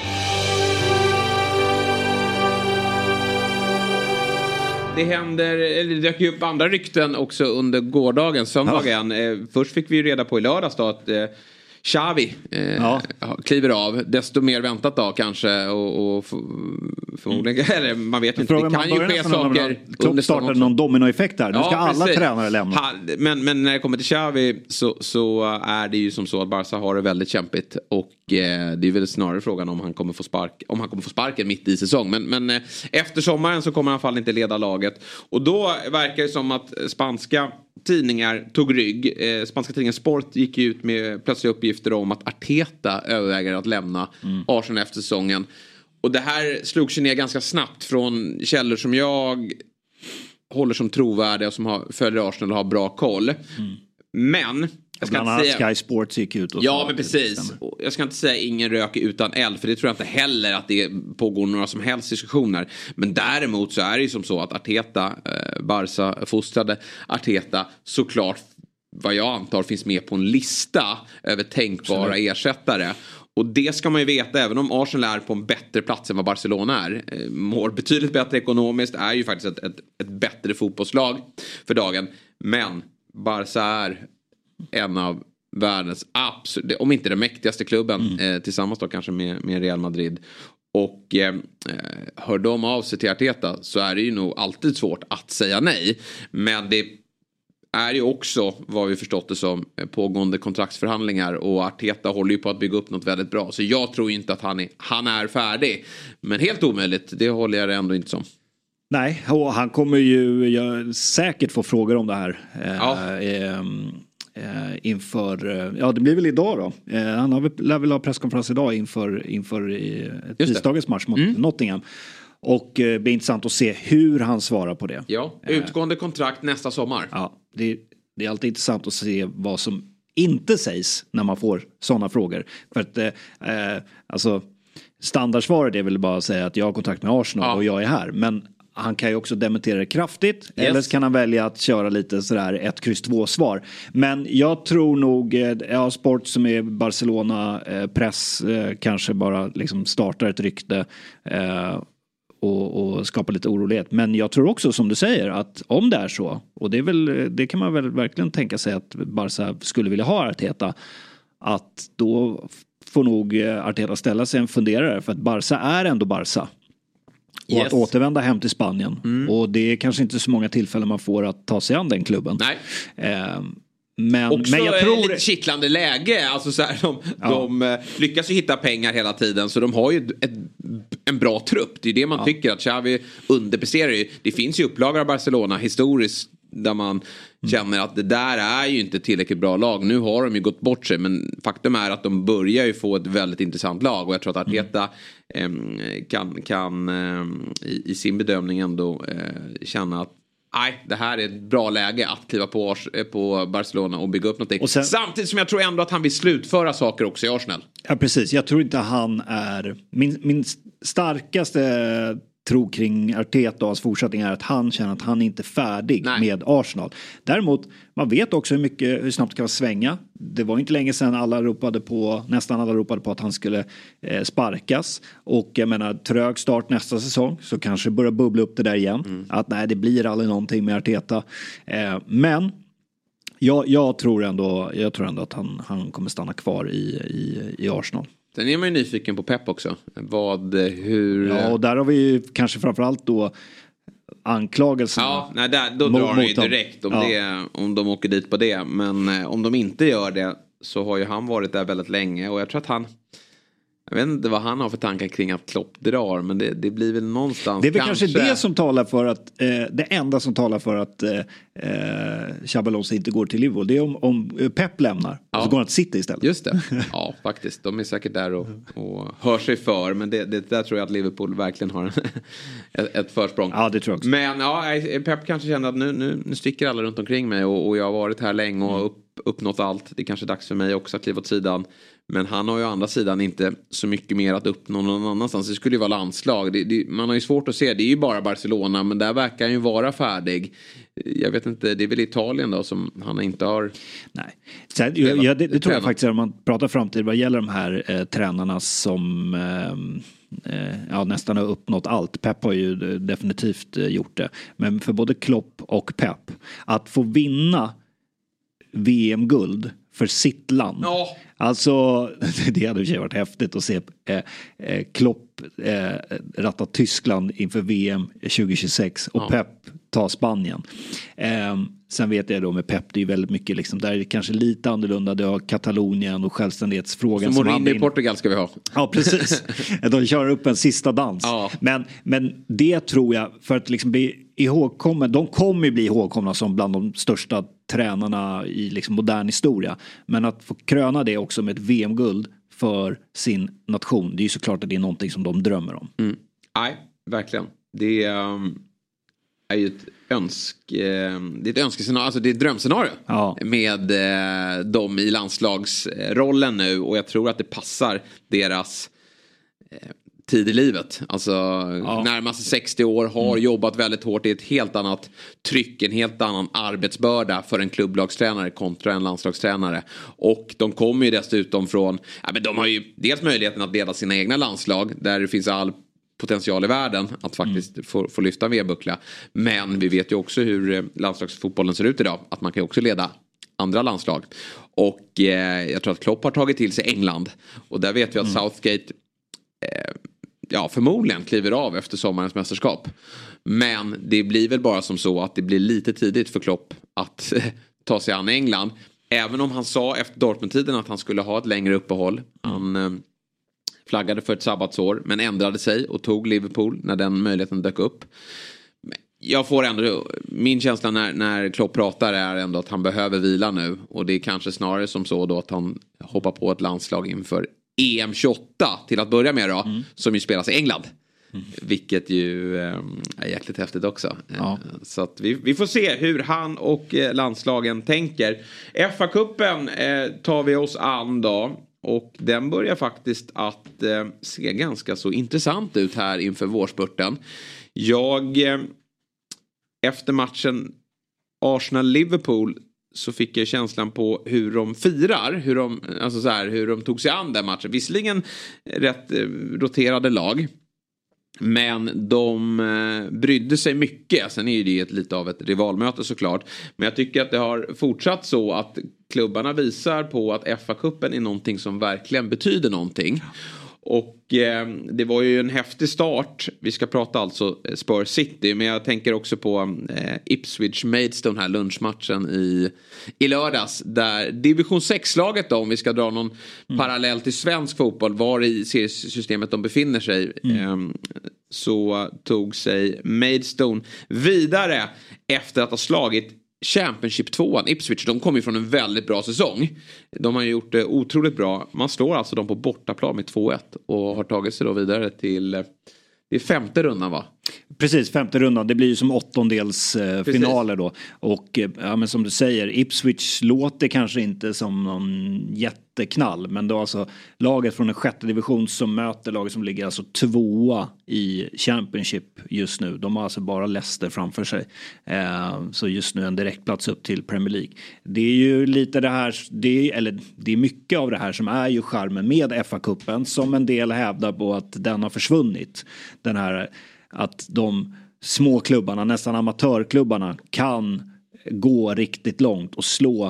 Speaker 5: Det dök ju upp andra rykten också under gårdagen, söndagen. Först fick vi ju reda på i lördags då att Xavi kliver av. Desto mer väntat då kanske. Och förmodligen, eller man vet inte. Det kan ju ske saker.
Speaker 6: Klopp startade någon dominoeffekt där. Nu ska alla tränare lämna.
Speaker 5: Men när det kommer till Xavi så är det ju som så att Barca har det väldigt kämpigt. Och det är väl snarare frågan om han kommer få sparken mitt i säsong. Men efter sommaren så kommer han i alla fall inte leda laget. Och då verkar det som att spanska tidningar tog rygg. Spanska tidningen Sport gick ut med plötsliga uppgifter om att Arteta överväger att lämna Arsenal efter säsongen. Och det här slog sig ner ganska snabbt från källor som jag håller som trovärdiga och som följer Arsenal och har bra koll. Men jag ska inte säga...
Speaker 6: Sky Sports gick ut och
Speaker 5: men precis. Jag ska inte säga ingen rök utan eld, för det tror jag inte heller att det pågår några som helst diskussioner. Men däremot så är det ju som så att Arteta, Barca fostrade Arteta, såklart vad jag antar finns med på en lista över tänkbara ersättare. Och det ska man ju veta, även om Arsenal är på en bättre plats än vad Barcelona är. Mår betydligt bättre ekonomiskt, är ju faktiskt ett bättre fotbollslag för dagen. Men Barca är en av världens absolut, om inte den mäktigaste klubben, tillsammans då kanske med Real Madrid. Och hör de av sig till Arteta så är det ju nog alltid svårt att säga nej. Men det är ju också, vad vi förstått det som, pågående kontraktsförhandlingar, och Arteta håller ju på att bygga upp något väldigt bra. Så jag tror inte att han är färdig. Men helt omöjligt, det håller jag ändå inte som.
Speaker 6: Nej, och han kommer ju säkert få frågor om det här. Inför, det blir väl idag då. Han lär väl ha presskonferens idag inför tisdagens match mot Nottingham. Och det blir intressant att se hur han svarar på det.
Speaker 5: Ja, utgående kontrakt nästa sommar.
Speaker 6: Ja, det är alltid intressant att se vad som inte sägs när man får sådana frågor. För att alltså, standardsvaret är väl bara att säga att jag har kontakt med Arsenal och jag är här. Men han kan ju också dementera det kraftigt. Eller så kan han välja att köra lite sådär 1-2 svar. Men jag tror nog, Sport som är Barcelona press kanske bara liksom startar ett rykte och skapar lite orolighet. Men jag tror också, som du säger, att om det är så, och det kan man väl verkligen tänka sig att Barca skulle vilja ha Arteta, att då får nog Arteta ställa sig en funderare, för att Barca är ändå Barca. Och att återvända hem till Spanien. Och det är kanske inte så många tillfällen man får att ta sig an den klubben.
Speaker 5: Nej.
Speaker 6: Men
Speaker 5: jag tror lite kittlande läge. Alltså så här, de lyckas ju hitta pengar hela tiden. Så de har ju en bra trupp. Det är det man tycker, att Xavi underpresterar ju. Det finns ju upplagor av Barcelona historiskt där man känner att det där är ju inte tillräckligt bra lag. Nu har de ju gått bort sig, men faktum är att de börjar ju få ett väldigt intressant lag, och jag tror att Arteta kan i sin bedömning ändå känna att det här är ett bra läge att kliva på Barcelona och bygga upp någonting. Samtidigt som jag tror ändå att han vill slutföra saker också i Arsenal.
Speaker 6: Ja, precis. Jag tror inte han är... Min starkaste tro kring Arteta och hans fortsättning är att han känner att han inte är färdig med Arsenal. Däremot, man vet också hur snabbt det kan svänga. Det var inte länge sedan nästan alla ropade på att han skulle sparkas. Och jag menar, trög start nästa säsong, så kanske börjar bubbla upp det där igen. Att det blir aldrig någonting med Arteta. Men jag tror ändå att han kommer stanna kvar i Arsenal.
Speaker 5: Sen är man ju nyfiken på Pep också. Hur...
Speaker 6: Ja, och där har vi ju kanske framförallt då anklagelserna.
Speaker 5: Ja, då drar han ju direkt om de åker dit på det. Men om de inte gör det, så har ju han varit där väldigt länge. Och jag tror att jag vet inte vad han har för tankar kring att Klopp drar, men det blir väl någonstans.
Speaker 6: Det är väl kanske det som talar för att det enda som talar för att Xabi Alonso inte går till Liverpool. Det är om Pep lämnar, så går han till City istället.
Speaker 5: Just det. Ja, faktiskt. De är säkert där och hör sig för, men det där tror jag att Liverpool verkligen har ett försprång.
Speaker 6: Ja, det tror jag också.
Speaker 5: Men Pep kanske känner att nu sticker alla runt omkring mig, och jag har varit här länge och uppnått allt. Det är kanske dags för mig också att kliva åt sidan. Men han har ju å andra sidan inte så mycket mer att uppnå någon annanstans. Det skulle ju vara landslag. Man har ju svårt att se. Det är ju bara Barcelona, men där verkar han ju vara färdig. Jag vet inte, det är väl Italien då som han inte har...
Speaker 6: Nej. Det tror jag faktiskt, när man pratar framtid vad gäller de här tränarna som nästan har uppnått allt. Pep har ju definitivt gjort det. Men för både Klopp och Pep, att få vinna VM-guld för sitt land.
Speaker 5: Ja.
Speaker 6: Alltså, det hade ju varit häftigt att se Klopp ratta Tyskland inför VM 2026 och Pep ta Spanien. Sen vet jag då med Pep, det är väldigt mycket liksom, där är det kanske lite annorlunda. Det har Katalonien och självständighetsfrågan.
Speaker 5: Så Mourinho i Portugal ska vi ha.
Speaker 6: Ja, precis. De kör upp en sista dans.
Speaker 5: Ja.
Speaker 6: Men det tror jag, för att liksom bli ihågkommen, de kommer ju bli ihågkomna som bland de största tränarna i liksom modern historia. Men att få kröna det också med ett VM-guld för sin nation, det är ju såklart att det är någonting som de drömmer om.
Speaker 5: Nej, verkligen. Det är ju ett önskescenario, alltså det är ett drömscenario med dem i landslagsrollen nu, och jag tror att det passar deras tid i livet. Alltså närmast 60 år, har jobbat väldigt hårt i ett helt annat tryck, en helt annan arbetsbörda för en klubblagstränare kontra en landslagstränare. Och de kommer ju dessutom från, men de har ju dels möjligheten att leda sina egna landslag där det finns all potential i världen att faktiskt få lyfta en V-buckla. Men vi vet ju också hur landslagsfotbollen ser ut idag, att man kan ju också leda andra landslag. Och jag tror att Klopp har tagit till sig England, och där vet vi att Southgate förmodligen kliver av efter sommarens mästerskap. Men det blir väl bara som så att det blir lite tidigt för Klopp att ta sig an England. Även om han sa efter Dortmund-tiden att han skulle ha ett längre uppehåll. Han flaggade för ett sabbatsår, men ändrade sig och tog Liverpool när den möjligheten dök upp. Jag får ändå, min känsla när Klopp pratar är ändå att han behöver vila nu. Och det är kanske snarare som så då att han hoppar på ett landslag inför EM 28 till att börja med då, som ju spelas i England. Vilket ju är jäkligt häftigt också. Så att vi får se hur han och landslagen tänker. FA-cupen tar vi oss an då. Och den börjar faktiskt att se ganska så intressant ut här inför vårspurten. Efter matchen Arsenal-Liverpool så fick jag känslan på hur de firar, hur de tog sig an den matchen. Visserligen rätt roterade lag, men de brydde sig mycket. Sen är ju det lite av ett rivalmöte såklart. Men jag tycker att det har fortsatt så att klubbarna visar på att FA-cupen är någonting som verkligen betyder någonting. Och det var ju en häftig start. Vi ska prata alltså Spurs City. Men jag tänker också på Ipswich Maidstone här lunchmatchen i lördags. Där division 6-laget då, om vi ska dra någon parallell till svensk fotboll, var i seriesystemet de befinner sig. Så tog sig Maidstone vidare efter att ha slagit Championship 2an. Ipswich, de kommer ju från en väldigt bra säsong. De har gjort det otroligt bra. Man slår alltså dem på bortaplan med 2-1 och har tagit sig då vidare till det är 5:e rundan, va?
Speaker 6: Precis, 5:e rundan. Det blir ju som 8-delsfinaler då. Och men som du säger, Ipswich låter kanske inte som någon jätteknall. Men då alltså laget från en 6:e division som möter laget som ligger alltså 2:a i Championship just nu. De har alltså bara Leicester framför sig. Så just nu en direktplats upp till Premier League. Det är ju lite det här, det är mycket av det här som är ju charmen med FA-cupen, som en del hävdar på att den har försvunnit. Den här att de små klubbarna, nästan amatörklubbarna, kan gå riktigt långt och slå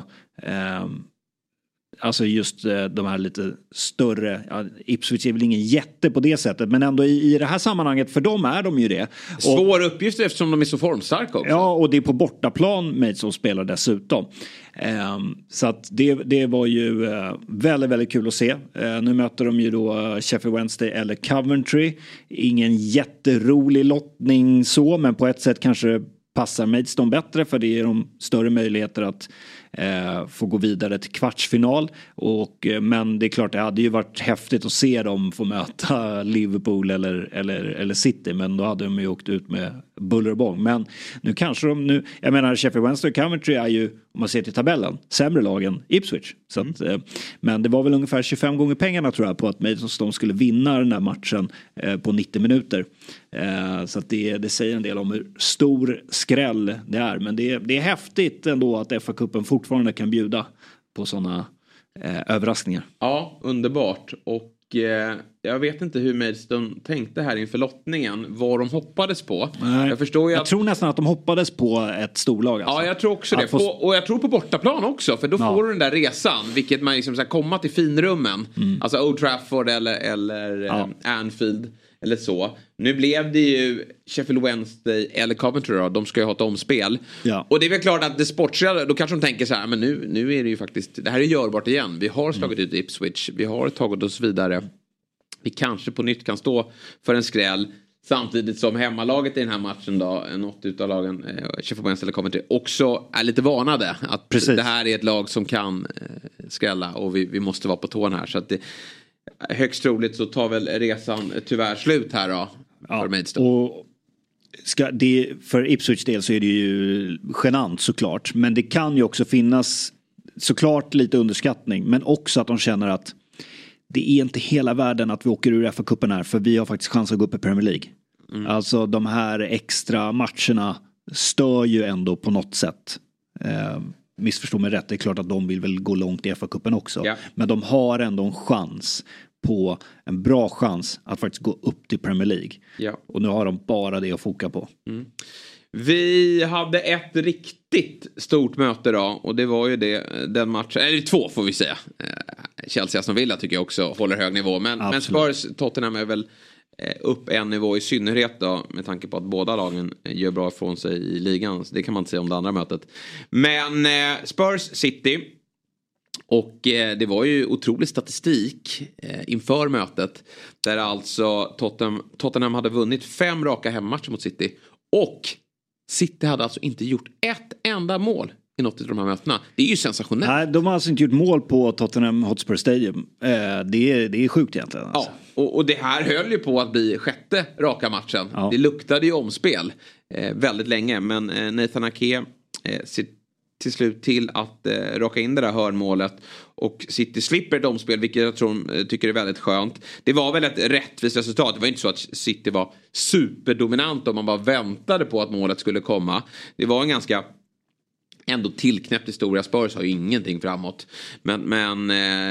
Speaker 6: alltså just de här lite större, Ipswich är väl ingen jätte på det sättet, men ändå i det här sammanhanget, för dem är de ju det.
Speaker 5: Svår uppgift eftersom de är så formstarka också.
Speaker 6: Ja, och det är på bortaplan Mates som spelar dessutom. Så att det var ju väldigt, väldigt kul att se. Nu möter de ju då Sheffield Wednesday eller Coventry. Ingen jätterolig lottning så, men på ett sätt kanske passar Maidstone bättre, för det ger dem större möjligheter att få gå vidare till kvartsfinal. Men det är klart, det hade ju varit häftigt att se dem få möta Liverpool eller City, men då hade de ju åkt ut med buller och bång. Men nu kanske jag menar, Sheffield Wednesday och Coventry är ju, om man ser till tabellen, sämre lag än Ipswich. Så att, men det var väl ungefär 25 gånger pengarna tror jag på att Maidstone skulle vinna den här matchen på 90 minuter. Så att det säger en del om hur stor skräll det är. Men det är häftigt ändå att FA-cupen fortfarande kan bjuda på sådana överraskningar.
Speaker 5: Ja, underbart. Och jag vet inte hur Maidstone tänkte här inför lottningen, vad de hoppades på.
Speaker 6: Nej,
Speaker 5: jag förstår ju
Speaker 6: jag tror nästan att de hoppades på ett storlag. Alltså.
Speaker 5: Ja, jag tror också det. Och jag tror på bortaplan också, för då får du den där resan, vilket man liksom ska komma till finrummen. Alltså Old Trafford eller Anfield. eller så. Nu blev det ju Sheffield Wednesday eller Coventry då. De ska ju ha ett omspel. Ja. Och det är väl klart att det sportsliga, då kanske de tänker så här, men nu är det ju faktiskt, det här är görbart igen. Vi har slagit ut Ipswich, vi har tagit oss vidare. Vi kanske på nytt kan stå för en skräll. Samtidigt som hemmalaget i den här matchen då, något utav lagen, Sheffield Wednesday eller Coventry, också är lite varnade. Att det här är ett lag som kan skrälla och vi måste vara på tårna här. Så att det, högst troligt så tar väl resan tyvärr slut här då. För Maidstone.
Speaker 6: Och för Ipswich del så är det ju genant såklart. Men det kan ju också finnas såklart lite underskattning. Men också att de känner att det är inte hela världen att vi åker ur FA-cupen här. För vi har faktiskt chans att gå upp i Premier League. Alltså de här extra matcherna stör ju ändå på något sätt. Missförstå mig rätt, det är klart att de vill väl gå långt i FA-cupen också. Ja. Men de har ändå en bra chans att faktiskt gå upp till Premier League. Ja. Och nu har de bara det att foka på.
Speaker 5: Vi hade ett riktigt stort möte då. Och det var ju den matchen, eller 2 får vi säga. Chelsea Aston Villa tycker jag också håller hög nivå. Men Spurs Tottenham är väl upp en nivå i synnerhet då, med tanke på att båda lagen gör bra ifrån sig i ligan. Så det kan man inte säga om det andra mötet. Men Spurs City, och det var ju otrolig statistik inför mötet, där alltså Tottenham hade vunnit 5 raka hemmamatcher mot City, och City hade alltså inte gjort ett enda mål i något av de här mötena. Det är ju sensationellt.
Speaker 6: Nej, de har alltså inte gjort mål på Tottenham Hotspur Stadium. Det är sjukt egentligen. Alltså.
Speaker 5: Ja, och det här höll ju på att bli 6:e raka matchen. Ja. Det luktade ju omspel väldigt länge. Men Nathan Ake ser till slut till att raka in det där hörnmålet. Och City slipper ett omspel, vilket jag tror tycker är väldigt skönt. Det var väl ett rättvist resultat. Det var inte så att City var superdominant och man bara väntade på att målet skulle komma. Det var en ganska ändå tillknäppt historia. Spurs har ju ingenting framåt. Men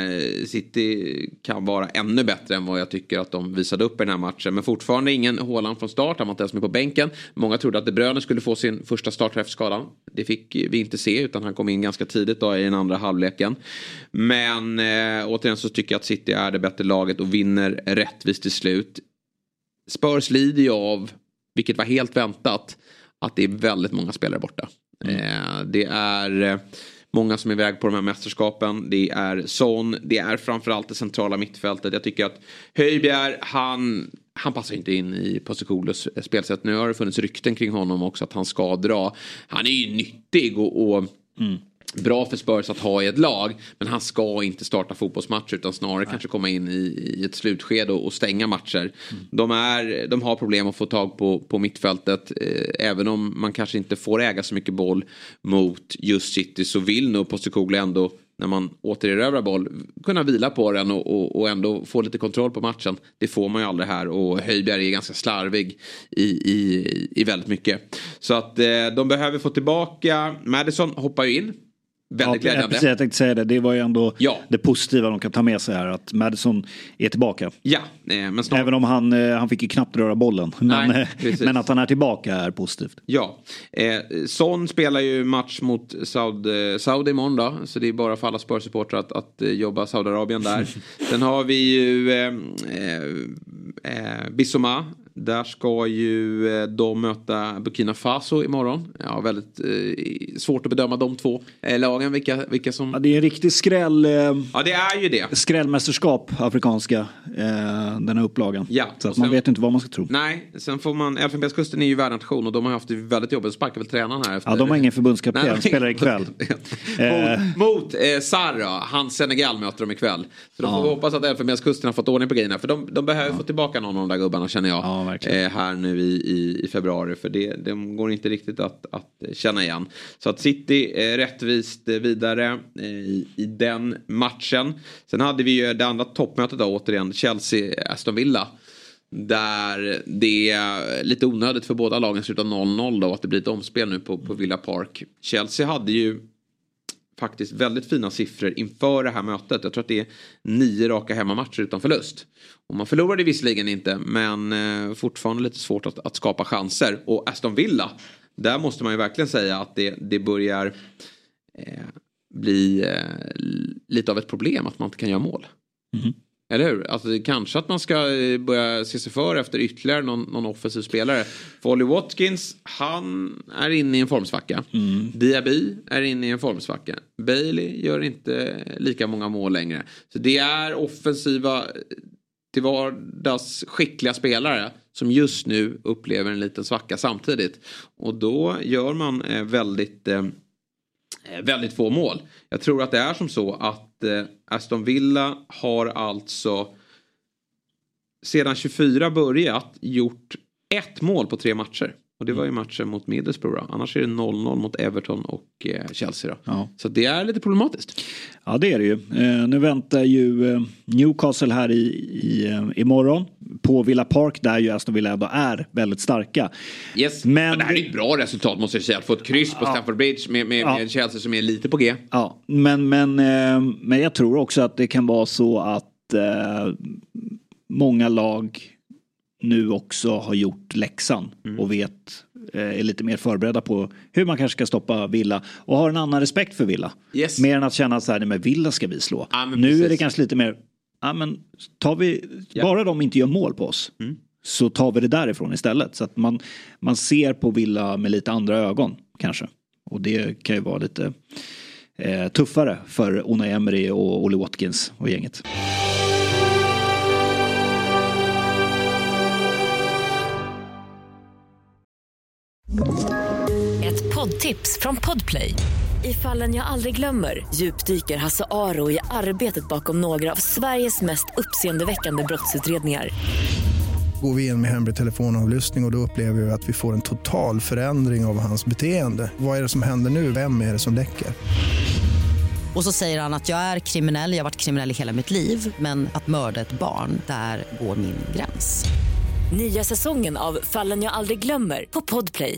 Speaker 5: City kan vara ännu bättre än vad jag tycker att de visade upp i den här matchen. Men fortfarande ingen Haaland från start. Han var inte ens med på bänken. Många trodde att De Bruyne skulle få sin första startträff skadan. Det fick vi inte se, utan han kom in ganska tidigt då i den andra halvleken. Men återigen så tycker jag att City är det bättre laget och vinner rättvist till slut. Spurs lider ju av, vilket var helt väntat, att det är väldigt många spelare borta. Det är många som är iväg på de här mästerskapen. Det är Son, det är framförallt det centrala mittfältet. Jag tycker att Højbjerg, han passar inte in i Postecoglou's spelsätt. Nu har det funnits rykten kring honom också att han ska dra. Han är ju nyttig och bra för Spurs att ha i ett lag, men han ska inte starta fotbollsmatcher utan snarare kanske komma in i ett slutskede och stänga matcher. De har problem att få tag på mittfältet, även om man kanske inte får äga så mycket boll mot just City, så vill nog Postecoglou ändå, när man återerövrar boll, kunna vila på den och ändå få lite kontroll på matchen. Det får man ju aldrig här, och Højbjerg är ganska slarvig i väldigt mycket. Så att de behöver få tillbaka. Madison hoppar ju in. Väldigt glädjande.
Speaker 6: Precis, jag tänkte säga det. Det var ju ändå det positiva de kan ta med sig här, att Madison är tillbaka.
Speaker 5: Ja, men
Speaker 6: även om han fick ju knappt röra bollen. Men att han är tillbaka är positivt.
Speaker 5: Ja, Son spelar ju match mot Saudi imorgon då, så det är bara för alla Spurs-supportrar att jobba Saudiarabien där. Sen har vi ju Bissouma. Där ska ju de möta Burkina Faso imorgon. Ja, väldigt svårt att bedöma de två lagen. Vilka som...
Speaker 6: Ja, det är en riktig skräll.
Speaker 5: Ja, det är ju det.
Speaker 6: Skrällmästerskap, afrikanska, den här upplagan. Ja, så att man vet inte vad man ska tro.
Speaker 5: Nej, sen får man... Elfenbenskusten är ju världsnation och de har haft det väldigt jobbigt. Sparkar väl tränaren här efter...
Speaker 6: Ja, de har ingen förbundskapten. Spelar ikväll.
Speaker 5: mot Sarra. Hans Senegal möter de ikväll. Så de får hoppas att Elfenbenskusten har fått ordning på grejerna. För de behöver få tillbaka någon av de där gubbarna, känner jag. Ja, här nu i februari, för det går inte riktigt att känna igen. Så att City rättvist vidare i den matchen. Sen hade vi ju det andra toppmötet då, återigen Chelsea-Aston Villa, där det är lite onödigt för båda lagen slutar 0-0 då, att det blir ett omspel nu på Villa Park. Chelsea hade ju faktiskt väldigt fina siffror inför det här mötet. Jag tror att det är 9 raka hemmamatcher utan förlust. Och man förlorade visserligen inte, men fortfarande lite svårt att skapa chanser. Och Aston Villa, där måste man ju verkligen säga att det börjar bli lite av ett problem att man inte kan göra mål. Eller hur? Alltså, kanske att man ska börja se sig för efter ytterligare någon offensiv spelare. För Ollie Watkins, han är inne i en formsvacka. Diaby är inne i en formsvacka. Bailey gör inte lika många mål längre. Så det är offensiva till vardags skickliga spelare som just nu upplever en liten svacka samtidigt. Och då gör man väldigt få mål. Jag tror att det är som så att Aston Villa har alltså sedan 24 börjat gjort 1 mål på 3 matcher. Och det var ju matchen mot Middlesbrough. Annars är det 0-0 mot Everton och Chelsea då. Ja. Så det är lite problematiskt.
Speaker 6: Ja, det är det ju. Nu väntar ju Newcastle här imorgon på Villa Park, där ju Aston Villa ändå är väldigt starka.
Speaker 5: Yes. Men det här är ett bra resultat, måste jag säga. Att få ett kryss på Stamford Bridge med Chelsea som är lite på G. Ja,
Speaker 6: men jag tror också att det kan vara så att många lag nu också har gjort läxan och är lite mer förberedda på hur man kanske ska stoppa Villa och har en annan respekt för Villa. Yes. Mer än att känna så här, nej, men Villa ska vi slå. Nu precis. Är det kanske lite mer, men tar vi, bara de inte gör mål på oss så tar vi det därifrån istället. Så att man ser på Villa med lite andra ögon kanske. Och det kan ju vara lite tuffare för Unai Emery och Ollie Watkins och gänget.
Speaker 8: Ett poddtips från Podplay. I Fallen jag aldrig glömmer djupdyker Hasse Aro i arbetet bakom några av Sveriges mest uppseendeväckande brottsutredningar.
Speaker 12: Går vi in med hemlig telefonavlyssning och då upplever vi att vi får en total förändring av hans beteende. Vad är det som händer nu? Vem är det som läcker?
Speaker 13: Och så säger han att jag är kriminell, jag har varit kriminell i hela mitt liv, men att mörda ett barn, där går min gräns.
Speaker 8: Nya säsongen av Fallen jag aldrig glömmer på Podplay.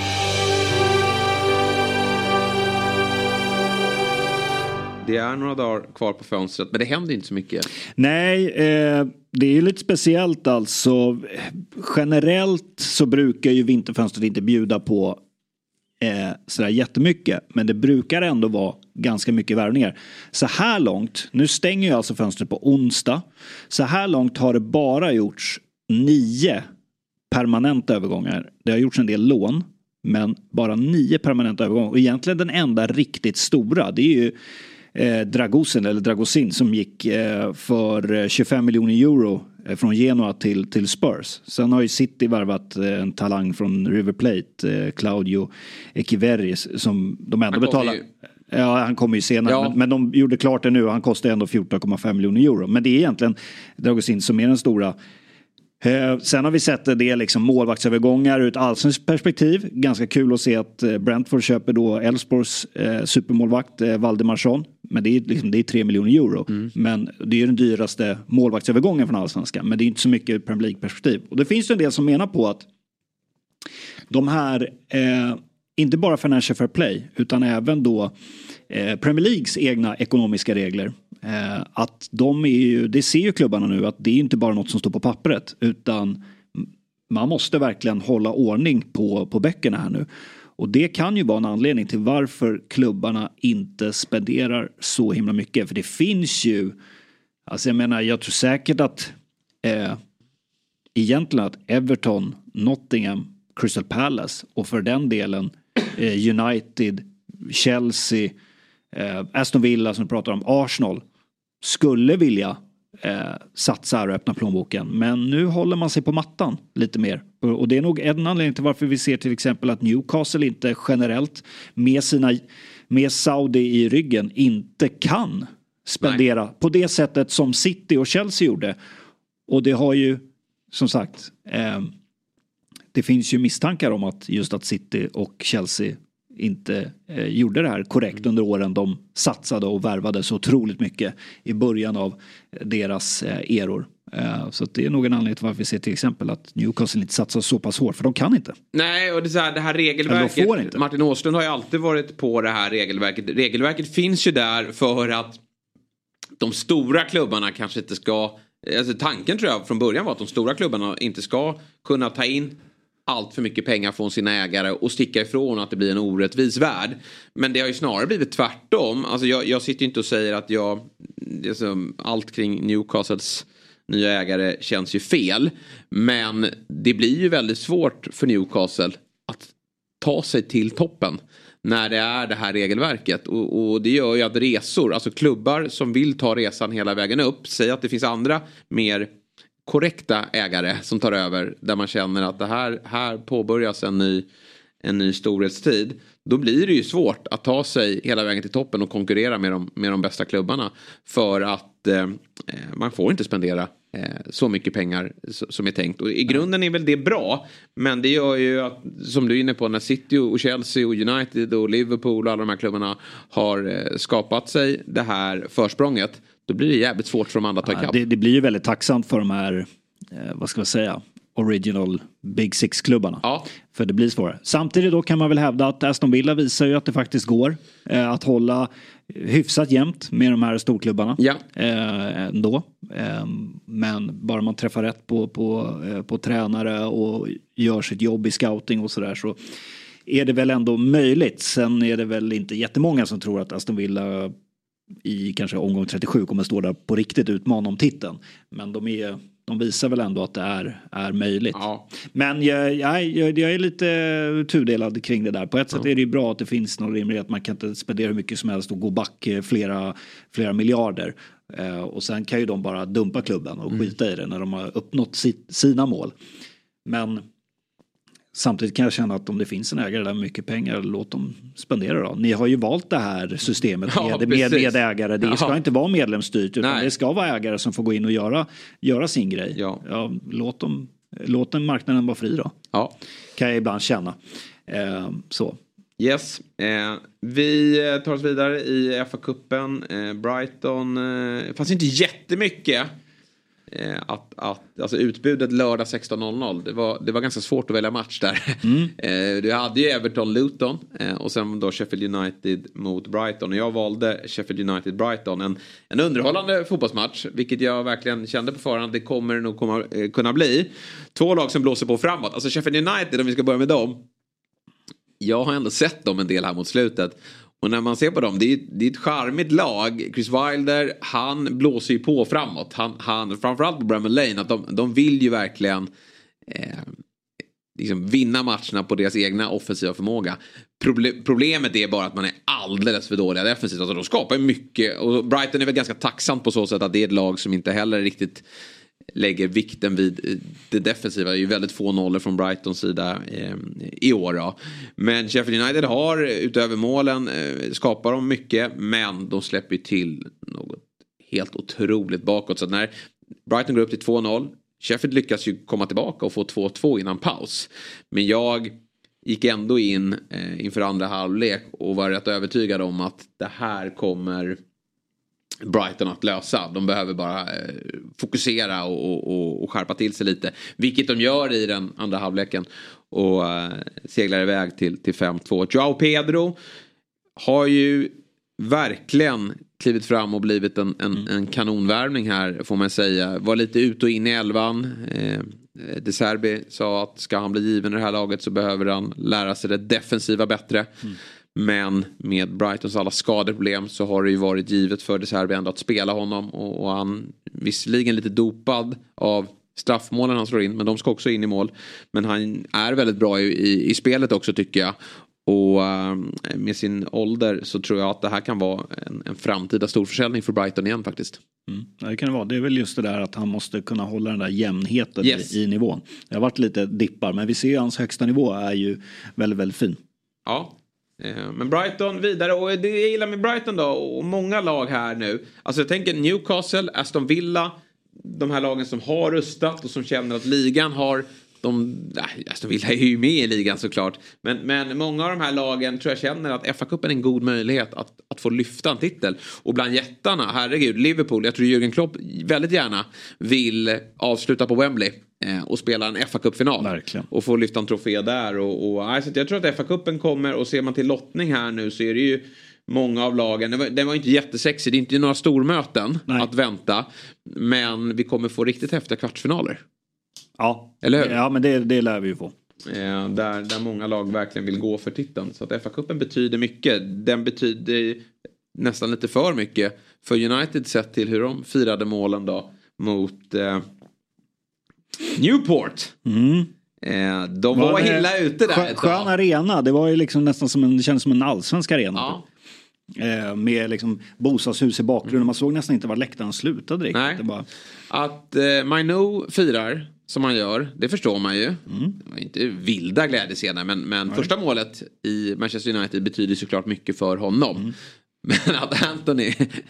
Speaker 5: Det är några dagar kvar på fönstret, men det händer inte så mycket.
Speaker 6: Nej, det är ju lite speciellt alltså. Generellt så brukar ju vinterfönstret inte bjuda på sådär jättemycket, men det brukar ändå vara ganska mycket värvningar. Så här långt, nu stänger ju alltså fönstret på onsdag. Så här långt har det bara gjorts 9 permanenta övergångar. Det har gjorts en del lån, men bara 9 permanenta övergångar. Och egentligen den enda riktigt stora, det är ju Dragosin som gick för 25 miljoner euro från Genoa till Spurs. Sen har ju City varvat en talang från River Plate, Claudio Echeverri, som de ändå betalar. Ja, han kommer ju senare, men de gjorde klart det nu och han kostar ändå 14,5 miljoner euro. Men det är egentligen Dragosin som är den stora. Sen har vi sett det liksom målvaktsövergångar ur ett allsvenskt perspektiv. Ganska kul att se att Brentford köper då Elfsborgs supermålvakt Valdemarsson. Men det är 3 miljoner euro. Men det är den dyraste målvaktsövergången från allsvenskan. Men det är inte så mycket Premier League-perspektiv. Och det finns ju en del som menar på att de här, inte bara Financial Fair Play, utan även då Premier Leagues egna ekonomiska regler, att de är ju, det ser ju klubbarna nu, att det är inte bara något som står på pappret, utan man måste verkligen hålla ordning på böckerna här nu. Och det kan ju vara en anledning till varför klubbarna inte spenderar så himla mycket. För det finns ju, alltså jag menar, jag tror säkert att egentligen att Everton, Nottingham, Crystal Palace och för den delen United, Chelsea, Aston Villa som vi pratar om, Arsenal skulle vilja satsa och öppna plånboken. Men nu håller man sig på mattan lite mer. Och det är nog en anledning till varför vi ser till exempel att Newcastle inte generellt med Saudi i ryggen inte kan spendera på det sättet som City och Chelsea gjorde. Och det har ju som sagt det finns ju misstankar om att just att City och Chelsea inte gjorde det här korrekt under åren. De satsade och värvade så otroligt mycket i början av deras eror. Så det är nog en anledning till varför vi ser till exempel att Newcastle inte satsar så pass hårt, för de kan inte.
Speaker 5: Nej, och det här regelverket, Martin Åslund har ju alltid varit på det här regelverket. Regelverket finns ju där för att de stora klubbarna kanske inte ska, alltså tanken tror jag från början var att de stora klubbarna inte ska kunna ta in allt för mycket pengar från sina ägare och sticka ifrån att det blir en orättvis värld. Men det har ju snarare blivit tvärtom. Alltså jag sitter inte och säger att jag alltså, allt kring Newcastles nya ägare känns ju fel. Men det blir ju väldigt svårt för Newcastle att ta sig till toppen när det är det här regelverket. Och det gör ju att resor, alltså klubbar som vill ta resan hela vägen upp, säger att det finns andra mer korrekta ägare som tar över, där man känner att det här påbörjas en ny storhetstid. Då blir det ju svårt att ta sig hela vägen till toppen och konkurrera med de bästa klubbarna. För att man får inte spendera så mycket pengar som är tänkt. Och i grunden är väl det bra. Men det gör ju att, som du är inne på, när City och Chelsea och United och Liverpool och alla de här klubbarna har skapat sig det här försprånget, då blir det jävligt svårt för de andra att ta ikapp.
Speaker 6: Det blir ju väldigt tacksamt för de här, vad ska man säga, original Big Six-klubbarna. Ja. För det blir svårare. Samtidigt då kan man väl hävda att Aston Villa visar ju att det faktiskt går att hålla hyfsat jämnt med de här storklubbarna. Ja. Ändå. Men bara man träffar rätt på tränare och gör sitt jobb i scouting och sådär, så är det väl ändå möjligt. Sen är det väl inte jättemånga som tror att Aston Villa i kanske omgång 37 kommer stå där på riktigt utmana om titeln. Men de visar väl ändå att det är möjligt. Ja. Men jag är lite tudelad kring det där. På ett sätt är det ju bra att det finns någon rimlighet. Man kan inte spendera hur mycket som helst och gå back flera miljarder. Och sen kan ju de bara dumpa klubben och skita i det när de har uppnått sina mål. Men samtidigt kan jag känna att om det finns en ägare där med mycket pengar, låt dem spendera då. Ni har ju valt det här systemet med ägare. Det ska inte vara medlemsstyrt, utan det ska vara ägare som får gå in och göra sin grej. Ja, låt den marknaden vara fri då. Ja. Kan jag ibland känna. Så.
Speaker 5: Yes. Vi tar oss vidare i FA-cupen. Brighton fanns inte jättemycket. Alltså utbudet lördag 16.00 det var ganska svårt att välja match där. Du hade ju Everton-Luton och sen då Sheffield United mot Brighton, och jag valde Sheffield United-Brighton, en underhållande fotbollsmatch, vilket jag verkligen kände på förhand det kommer nog kunna bli. Två lag som blåser på framåt, alltså Sheffield United, om vi ska börja med dem, jag har ändå sett dem en del här mot slutet. Och när man ser på dem, det är ett charmigt lag. Chris Wilder, han blåser ju på framåt. Han framförallt på Bramall Lane, att de vill ju verkligen liksom vinna matcherna på deras egna offensiva förmåga. Problemet är bara att man är alldeles för dåliga defensivt. Alltså de skapar mycket, och Brighton är väl ganska tacksamt på så sätt att det är ett lag som inte heller riktigt lägger vikten vid det defensiva. Det är ju väldigt få nollor från Brightons sida i år då. Men Sheffield United har utöver målen skapar de mycket, men de släpper till något helt otroligt bakåt. Så när Brighton går upp till 2-0, Sheffield lyckas ju komma tillbaka och få 2-2 innan paus. Men jag gick ändå in inför andra halvlek och var rätt övertygad om att det här kommer Brighton att lösa. De behöver bara fokusera och skärpa till sig lite. Vilket de gör i den andra halvleken. Och seglar iväg till 5-2. Joao Pedro har ju verkligen klivit fram och blivit en kanonvärvning här, får man säga. Var lite ut och in i elvan. De Serbi sa att ska han bli given i det här laget så behöver han lära sig det defensiva bättre. Men med Brightons alla skadeproblem så har det ju varit givet för De Serbi ändå att spela honom. Och han visserligen lite dopad av straffmålen han slår in, men de ska också in i mål. Men han är väldigt bra i spelet också, tycker jag. Och med sin ålder så tror jag att det här kan vara en framtida storförsäljning för Brighton igen faktiskt.
Speaker 6: Ja, det kan det vara. Det är väl just det där att han måste kunna hålla den där jämnheten i nivån. Det har varit lite dippar, men vi ser ju hans högsta nivå är ju väldigt, väldigt fin.
Speaker 5: Ja. Men Brighton vidare, och det jag gillar med Brighton då, och många lag här nu, alltså jag tänker Newcastle, Aston Villa, de här lagen som har rustat och som känner att ligan har Aston Villa är ju med i ligan såklart, men många av de här lagen tror jag känner att FA-cupen är en god möjlighet att få lyfta en titel. Och bland jättarna, herregud, Liverpool, jag tror Jürgen Klopp väldigt gärna vill avsluta på Wembley och spela en FA-cupfinal och få lyfta en trofé där. Så jag tror att FA-cupen kommer, och ser man till lottning här nu så är det ju många av lagen, den var inte jättesexig, det är inte några stormöten att vänta, men vi kommer få riktigt häftiga kvartsfinaler.
Speaker 6: Ja,
Speaker 5: eller hur?
Speaker 6: Ja, men det lär vi ju få.
Speaker 5: Där många lag verkligen vill gå för titeln. Så att FA-cupen betyder mycket. Den betyder nästan lite för mycket för United sett till hur de firade målen då mot Newport. De var illa ute där.
Speaker 6: Skön arena, det var ju liksom nästan det kändes som en allsvensk arena. Med liksom bostadshus i bakgrunden. Man såg nästan inte var läktaren slutade riktigt.
Speaker 5: Nej.
Speaker 6: Det bara...
Speaker 5: Att Mainu firar som man gör, det förstår man ju. Det var inte vilda glädjescener, men första målet i Manchester United betyder såklart mycket för honom. Men att Anthony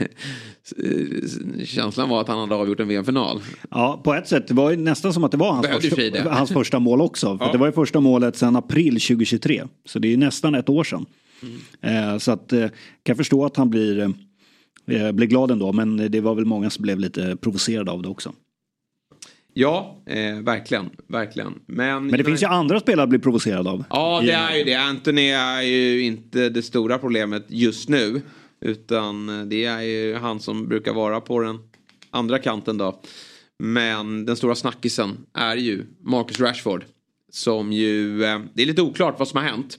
Speaker 5: känslan var att han hade avgjort en VM-final.
Speaker 6: Ja, på ett sätt. Det var ju nästan som att det var hans första mål också. För det var ju första målet sedan april 2023. Så det är ju nästan ett år sedan. Så att kan förstå att han blir glad ändå. Men det var väl många som blev lite provocerade av det också.
Speaker 5: Ja, verkligen. Men
Speaker 6: det finns ju andra spelare att bli provocerade av.
Speaker 5: Ja, det är ju det. Anthony är ju inte det stora problemet just nu. Utan det är ju han som brukar vara på den andra kanten då. Men den stora snackisen är ju Marcus Rashford. Som ju, det är lite oklart vad som har hänt.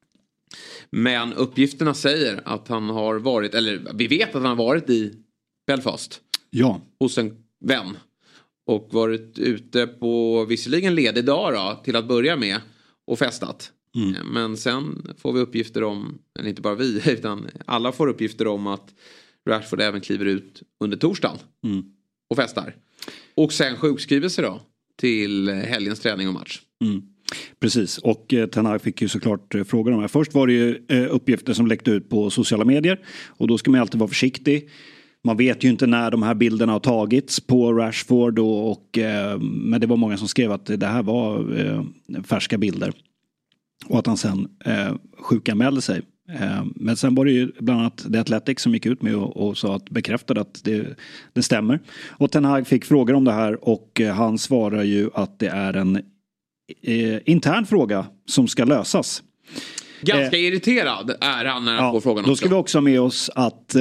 Speaker 5: Men uppgifterna säger att han har varit, eller vi vet att han har varit i Belfast.
Speaker 6: Ja.
Speaker 5: Hos en vän. Och varit ute på visserligen ledig dag då, till att börja med. Och festat. Men sen får vi uppgifter om, eller inte bara vi, utan alla får uppgifter om att Rashford även kliver ut under torsdagen. Och festar. Och sen sjukskriver sig då till helgens träning och match.
Speaker 6: Precis, och Ten Hag fick ju såklart frågor om det här. Först var det ju uppgifter som läckte ut på sociala medier. Och då ska man alltid vara försiktig. Man vet ju inte när de här bilderna har tagits på Rashford. Men det var många som skrev att det här var färska bilder. Och att han sen sjukanmälde sig. Men sen var det ju bland annat The Athletic som gick ut med och sa att bekräftade att det stämmer. Och Ten Hag fick frågor om det här och han svarar ju att det är en intern fråga som ska lösas.
Speaker 5: Ganska irriterad är han när han får frågan också.
Speaker 6: Då ska vi också ha med oss att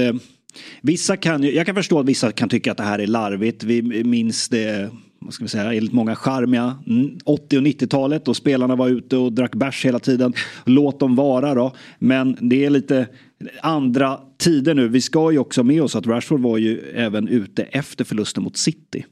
Speaker 6: jag kan förstå att vissa kan tycka att det här är larvigt. Vi minns det, vad ska vi säga, enligt många charmiga 80- och 90-talet och spelarna var ute och drack bärs hela tiden. Låt dem vara då. Men det är lite andra tider nu. Vi ska ju också med oss att Rashford var ju även ute efter förlusten mot City.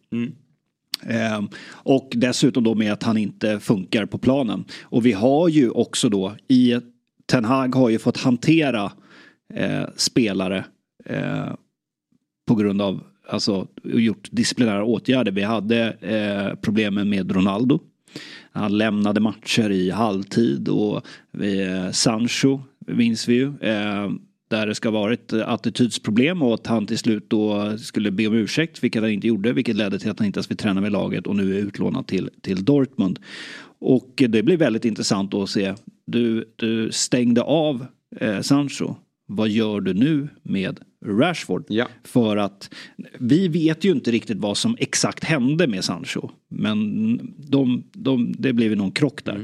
Speaker 6: Och dessutom då med att han inte funkar på planen. Och vi har ju också då Ten Hag har ju fått hantera spelare på grund av gjort disciplinära åtgärder. Vi hade problemen med Ronaldo. Han lämnade matcher i halvtid och Sancho minns vi ju. Där det ska vara ett attitydsproblem och att han till slut då skulle be om ursäkt, vilket han inte gjorde, vilket ledde till att han inte ens vill träna med laget och nu är utlånad till Dortmund. Och det blir väldigt intressant att se. Du stängde av Sancho. Vad gör du nu med Rashford?
Speaker 5: Ja.
Speaker 6: För att vi vet ju inte riktigt vad som exakt hände med Sancho. Men det blev någon krock där.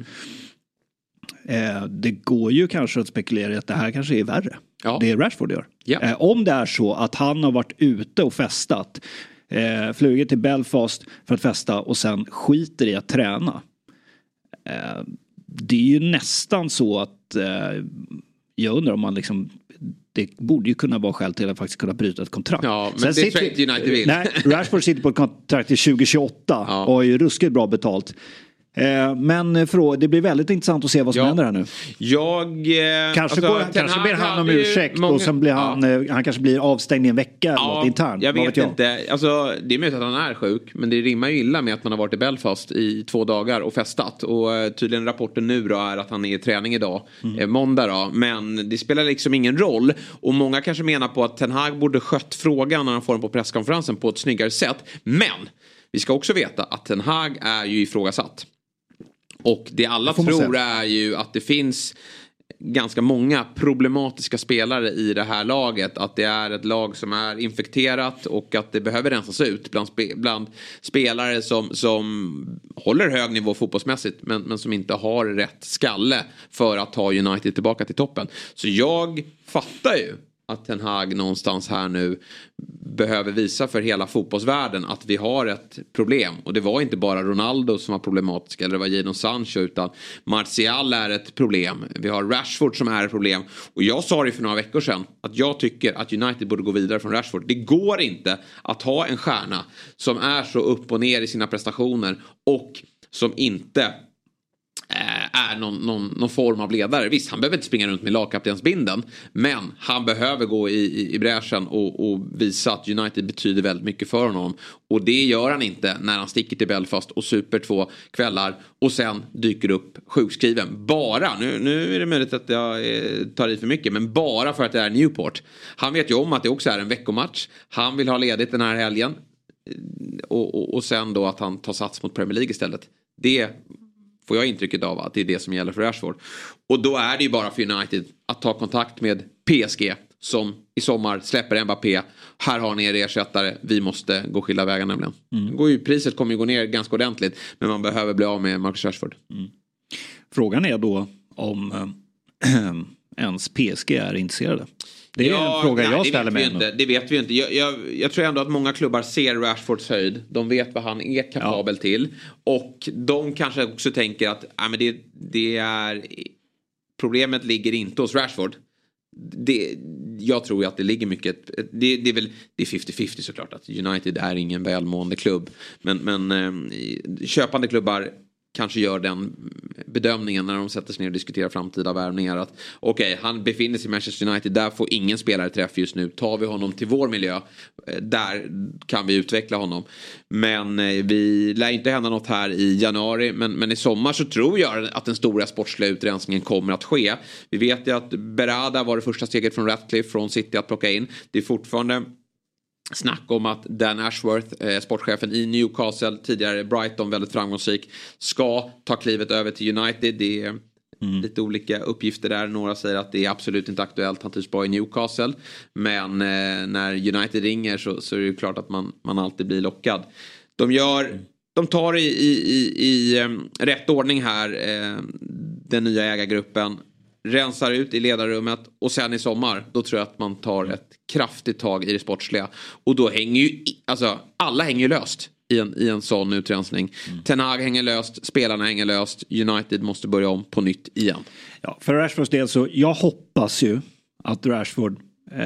Speaker 6: Det går ju kanske att spekulera i att det här kanske är värre.
Speaker 5: Ja.
Speaker 6: Det Rashford gör.
Speaker 5: Ja.
Speaker 6: Om det är så att han har varit ute och festat. Flugit till Belfast för att festa och sen skiter i att träna. Det är ju nästan så att jag undrar om man liksom, det borde ju kunna vara skäl till att faktiskt kunna bryta ett kontrakt.
Speaker 5: Ja, men det tror inte United vill.
Speaker 6: Nej, Rashford sitter på ett kontrakt till 2028 och har ju ruskigt bra betalt. Men det blir väldigt intressant att se vad som händer här nu. Kanske ber han om ursäkt och sen blir han kanske blir avstängd i en vecka eller något internt.
Speaker 5: Jag vet inte. Alltså, det är möjligt att han är sjuk, men det rimmar ju illa med att man har varit i Belfast i 2 dagar och festat. Och tydligen rapporten nu då är att han är i träning idag, måndag då. Men det spelar liksom ingen roll. Och många kanske menar på att Ten Hag borde skött frågan när han får den på presskonferensen på ett snyggare sätt. Men vi ska också veta att Ten Hag är ju ifrågasatt. Och det alla tror är ju att det finns ganska många problematiska spelare i det här laget. Att det är ett lag som är infekterat och att det behöver rensas ut bland spelare som håller hög nivå fotbollsmässigt men som inte har rätt skalle för att ta United tillbaka till toppen. Så jag fattar ju att Ten Hag någonstans här nu behöver visa för hela fotbollsvärlden att vi har ett problem. Och det var inte bara Ronaldo som var problematisk eller det var Jadon Sancho, utan Martial är ett problem. Vi har Rashford som är ett problem. Och jag sa det för några veckor sedan att jag tycker att United borde gå vidare från Rashford. Det går inte att ha en stjärna som är så upp och ner i sina prestationer och som inte är någon form av ledare. Visst, han behöver inte springa runt med lagkaptensbinden, men han behöver gå i bräschen och visa att United betyder väldigt mycket för honom. Och det gör han inte när han sticker till Belfast och super 2 kvällar och sen dyker upp sjukskriven. Bara, nu är det möjligt att jag tar i för mycket, men bara för att det är Newport. Han vet ju om att det också är en veckomatch. Han vill ha ledigt den här helgen. Och sen då att han tar sats mot Premier League istället. Det får jag intrycket av att det är det som gäller för Rashford. Och då är det ju bara för United att ta kontakt med PSG som i sommar släpper Mbappé. Här har ni er ersättare. Vi måste gå skilda vägar nämligen. Priset kommer ju gå ner ganska ordentligt, men man behöver bli av med Marcus Rashford.
Speaker 6: Frågan är då om ens PSG är intresserade. Det är en fråga jag ställer mig.
Speaker 5: Det vet vi inte. Jag tror ändå att många klubbar ser Rashfords höjd. De vet vad han är kapabel till. Och de kanske också tänker att men det är problemet ligger inte hos Rashford. Jag tror ju att det ligger mycket. Det är 50-50 såklart. Att United är ingen välmående klubb. Men köpande klubbar kanske gör den bedömningen när de sätter sig ner och diskuterar framtida värvningar att okej, han befinner sig i Manchester United, där får ingen spelare träff just nu. Tar vi honom till vår miljö, där kan vi utveckla honom. Men vi lär inte hända något här i januari, men i sommar så tror jag att den stora sportsliga utrensningen kommer att ske. Vi vet ju att Berada var det första steget från Ratcliffe från City att plocka in. Det är fortfarande snack om att Dan Ashworth, sportchefen i Newcastle, tidigare Brighton, väldigt framgångsrik, ska ta klivet över till United. Det är lite olika uppgifter där. Några säger att det är absolut inte aktuellt, han trivs bra i Newcastle. Men när United ringer så är det ju klart att man alltid blir lockad. De tar i rätt ordning här den nya ägargruppen. Rensar ut i ledarrummet och sen i sommar då tror jag att man tar ett kraftigt tag i det sportsliga. Och då hänger ju, alla hänger löst i en sån utrensning. Ten Hag hänger löst, spelarna hänger löst, United måste börja om på nytt igen.
Speaker 6: Ja, för Rashfords del så jag hoppas ju att Rashford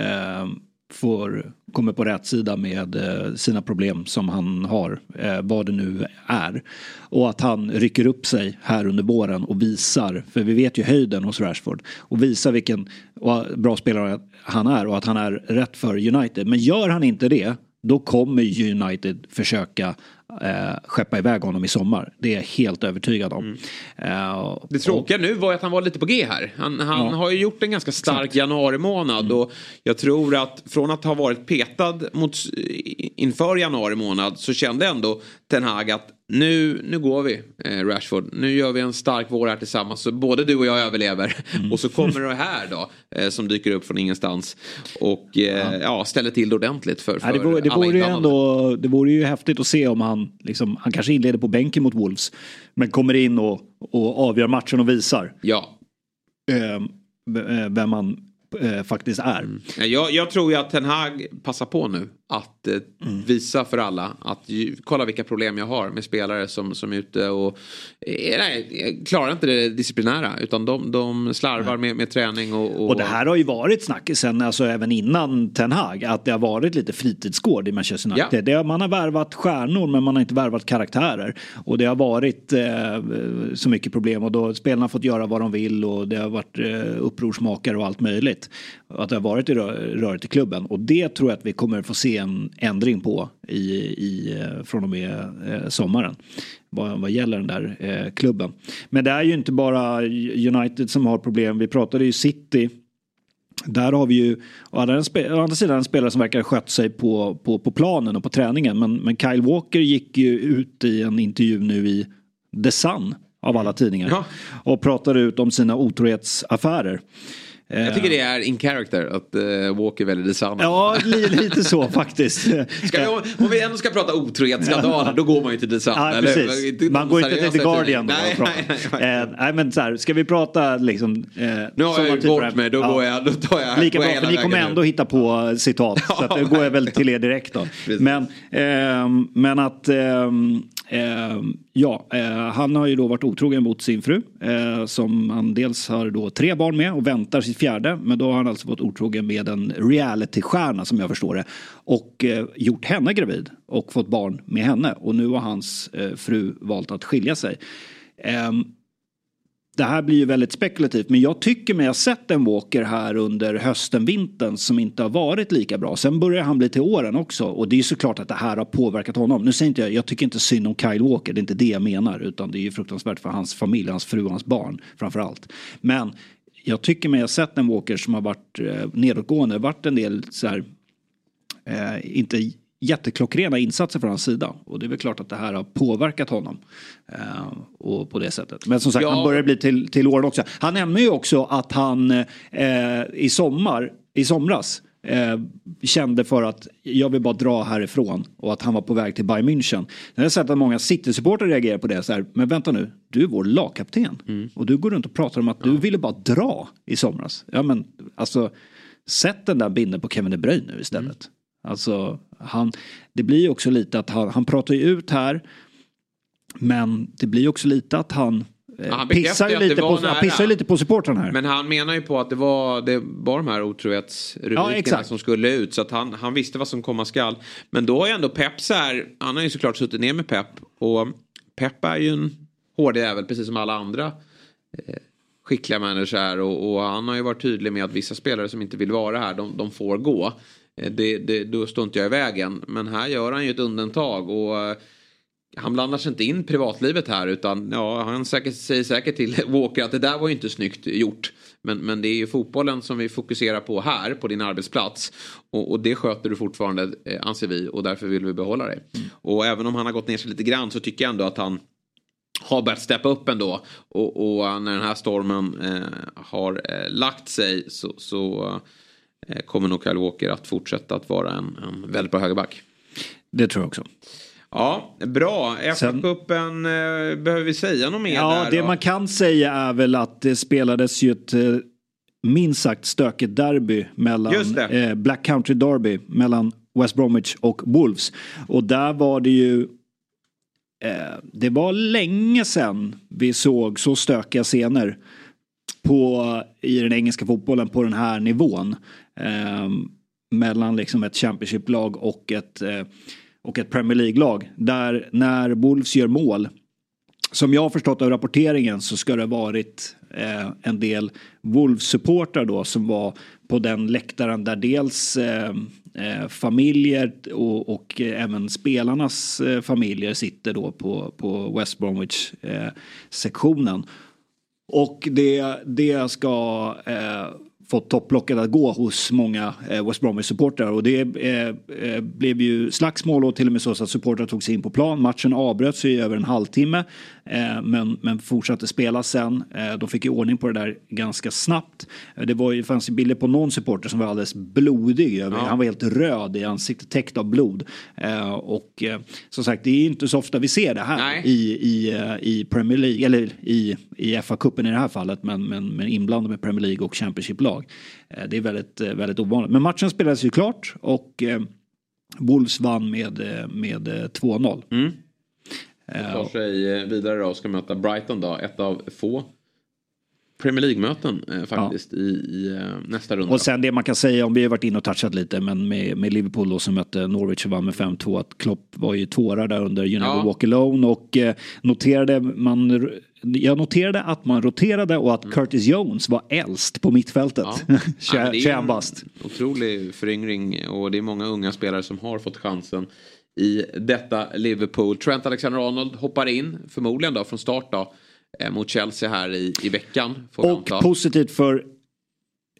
Speaker 6: kommer på rätt sida med sina problem som han har, vad det nu är, och att han rycker upp sig här under våren och visar, för vi vet ju höjden hos Rashford, och visar vilken bra spelare han är och att han är rätt för United. Men gör han inte det, då kommer United försöka skeppa iväg honom i sommar. Det är jag helt övertygad om.
Speaker 5: Det tråkiga nu var att han var lite på G här. Han har ju gjort en ganska stark januari månad och jag tror att från att ha varit petad inför januari månad så kände ändå Ten Hag att nu går vi, Rashford. Nu gör vi en stark vår här tillsammans. Så både du och jag överlever. Och så kommer det här då som dyker upp från ingenstans. Och ställer till det ordentligt för
Speaker 6: det vore ju häftigt att se om han kanske inleder på bänken mot Wolves. Men kommer in och avgör matchen och visar vem man faktiskt är.
Speaker 5: Jag tror ju att Ten Hag passar på nu att visa för alla att kolla vilka problem jag har med spelare som är ute och klarar inte det disciplinära utan de slarvar med träning och
Speaker 6: det här har ju varit snackisen även innan Ten Hag att det har varit lite fritidsgård i Manchester United. Man har värvat stjärnor men man har inte värvat karaktärer och det har varit så mycket problem och då spelarna har fått göra vad de vill och det har varit upprorsmakare och allt möjligt. Att det har varit i röret i klubben och det tror jag att vi kommer få se en ändring på från och med sommaren vad gäller den där klubben. Men det är ju inte bara United som har problem. Vi pratade ju City. Där har vi ju å andra sidan en spelare som verkar skött sig på planen och på träningen. Men Kyle Walker gick ju ut i en intervju nu i The Sun av alla tidningar och pratade ut om sina otrohetsaffärer.
Speaker 5: Jag tycker det är in character att Walker väljer detsamma.
Speaker 6: Ja, lite så faktiskt.
Speaker 5: Om vi ändå ska prata otrohetsskandaler, då går man ju till detsamma.
Speaker 6: Ja, precis. Man går inte till The Guardian. Nej, men så här, ska vi prata liksom...
Speaker 5: nu har jag ju bort mig, då tar jag...
Speaker 6: Lika bra, för ni kommer ändå hitta på citat. Så att det går jag väl till er direkt då. Men att... han har ju då varit otrogen mot sin fru som han dels har då 3 barn med och väntar sitt 4:e, men då har han alltså varit otrogen med en reality-stjärna som jag förstår det och gjort henne gravid och fått barn med henne, och nu har hans fru valt att skilja sig. Det här blir ju väldigt spekulativt, men jag tycker mig ha sett en Walker här under hösten-vintern som inte har varit lika bra. Sen börjar han bli till åren också, och det är ju såklart att det här har påverkat honom. Nu säger inte jag tycker inte synd om Kyle Walker, det är inte det jag menar, utan det är ju fruktansvärt för hans familj, hans fru och hans barn framförallt. Men jag tycker mig ha sett en Walker som har varit nedåtgående, varit en del så här, inte jätteklockrena insatser från hans sida, och det är väl klart att det här har påverkat honom och på det sättet. Men som sagt, han börjar bli till åren också. Han nämner ju också att han i somras kände för att jag vill bara dra härifrån, och att han var på väg till Bayern München. Jag har sett att många City-supporter reagerar på det så här, men vänta nu, du är vår lagkapten och du går runt och pratar om att du ville bara dra i somras. Ja, men alltså, sätt den där binden på Kevin De Bruyne nu istället. Alltså, det blir ju också lite att han pratar ju ut här, men det blir ju också lite att han pissar lite på supportrarna här.
Speaker 5: Men han menar ju på att det var de här otrohetsrubrikerna som skulle ut, så att han visste vad som komma skall. Men då är ändå Pep så här, han har ju såklart suttit ner med Pep, och Pep är ju en hård jävel precis som alla andra skickliga människor, och han har ju varit tydlig med att vissa spelare som inte vill vara här, de får gå. Då står inte jag i vägen. Men här gör han ju ett undantag, och han blandar sig inte in privatlivet här, utan han säger säkert till Walker att det där var ju inte snyggt gjort. Men det är ju fotbollen som vi fokuserar på här på din arbetsplats, och det sköter du fortfarande, anser vi, och därför vill vi behålla dig. Och även om han har gått ner sig lite grann, så tycker jag ändå att han har börjat steppa upp ändå, och när den här stormen har lagt sig så kommer nog Kyle Walker att fortsätta att vara en väldigt bra högerback.
Speaker 6: Det tror jag också.
Speaker 5: Ja, bra. FA-cupen, behöver vi säga något mer där?
Speaker 6: Det man kan säga är väl att det spelades ju ett minst sagt stökigt derby mellan Black Country Derby mellan West Bromwich och Wolves. Och där var det ju det var länge sedan vi såg så stökiga scener i den engelska fotbollen på den här nivån, mellan liksom ett Championship-lag och ett Premier League-lag, där när Wolves gör mål, som jag har förstått av rapporteringen, så ska det ha varit en del Wolves-supportrar då som var på den läktaren, där dels familjer och även spelarnas familjer sitter då på West Bromwich-sektionen. Och det ska fått topplocket att gå hos många West Bromwich-supportrar, och det blev ju slagsmål, och till och med så att supportrar tog sig in på plan. Matchen avbröts i över en halvtimme, men fortsatte spela sen. De fick ju ordning på det där ganska snabbt. Det fanns ju bilder på någon supporter som var alldeles blodig. Han var helt röd i ansiktet, täckt av blod. Och som sagt, det är inte så ofta vi ser det här i Premier League, eller i FA-cupen i det här fallet, men inblandad med Premier League och Championship-lag. Det är väldigt, väldigt ovanligt. Men matchen spelades ju klart, och Wolves vann med 2-0.
Speaker 5: Tar sig vidare då och ska möta Brighton då. Ett av få Premier League-möten faktiskt i nästa runda.
Speaker 6: Och sen det man kan säga, om vi har varit in och touchat lite, men med Liverpool då, som mötte Norwich och vann med 5-2, att Klopp var ju tårar där under You Never Walk Alone, och jag noterade att man roterade, och att Curtis Jones var äldst på mittfältet.
Speaker 5: Det är en otrolig föryngring, och det är många unga spelare som har fått chansen i detta Liverpool. Trent Alexander-Arnold hoppar in förmodligen då från start då mot Chelsea här i veckan.
Speaker 6: Och positivt för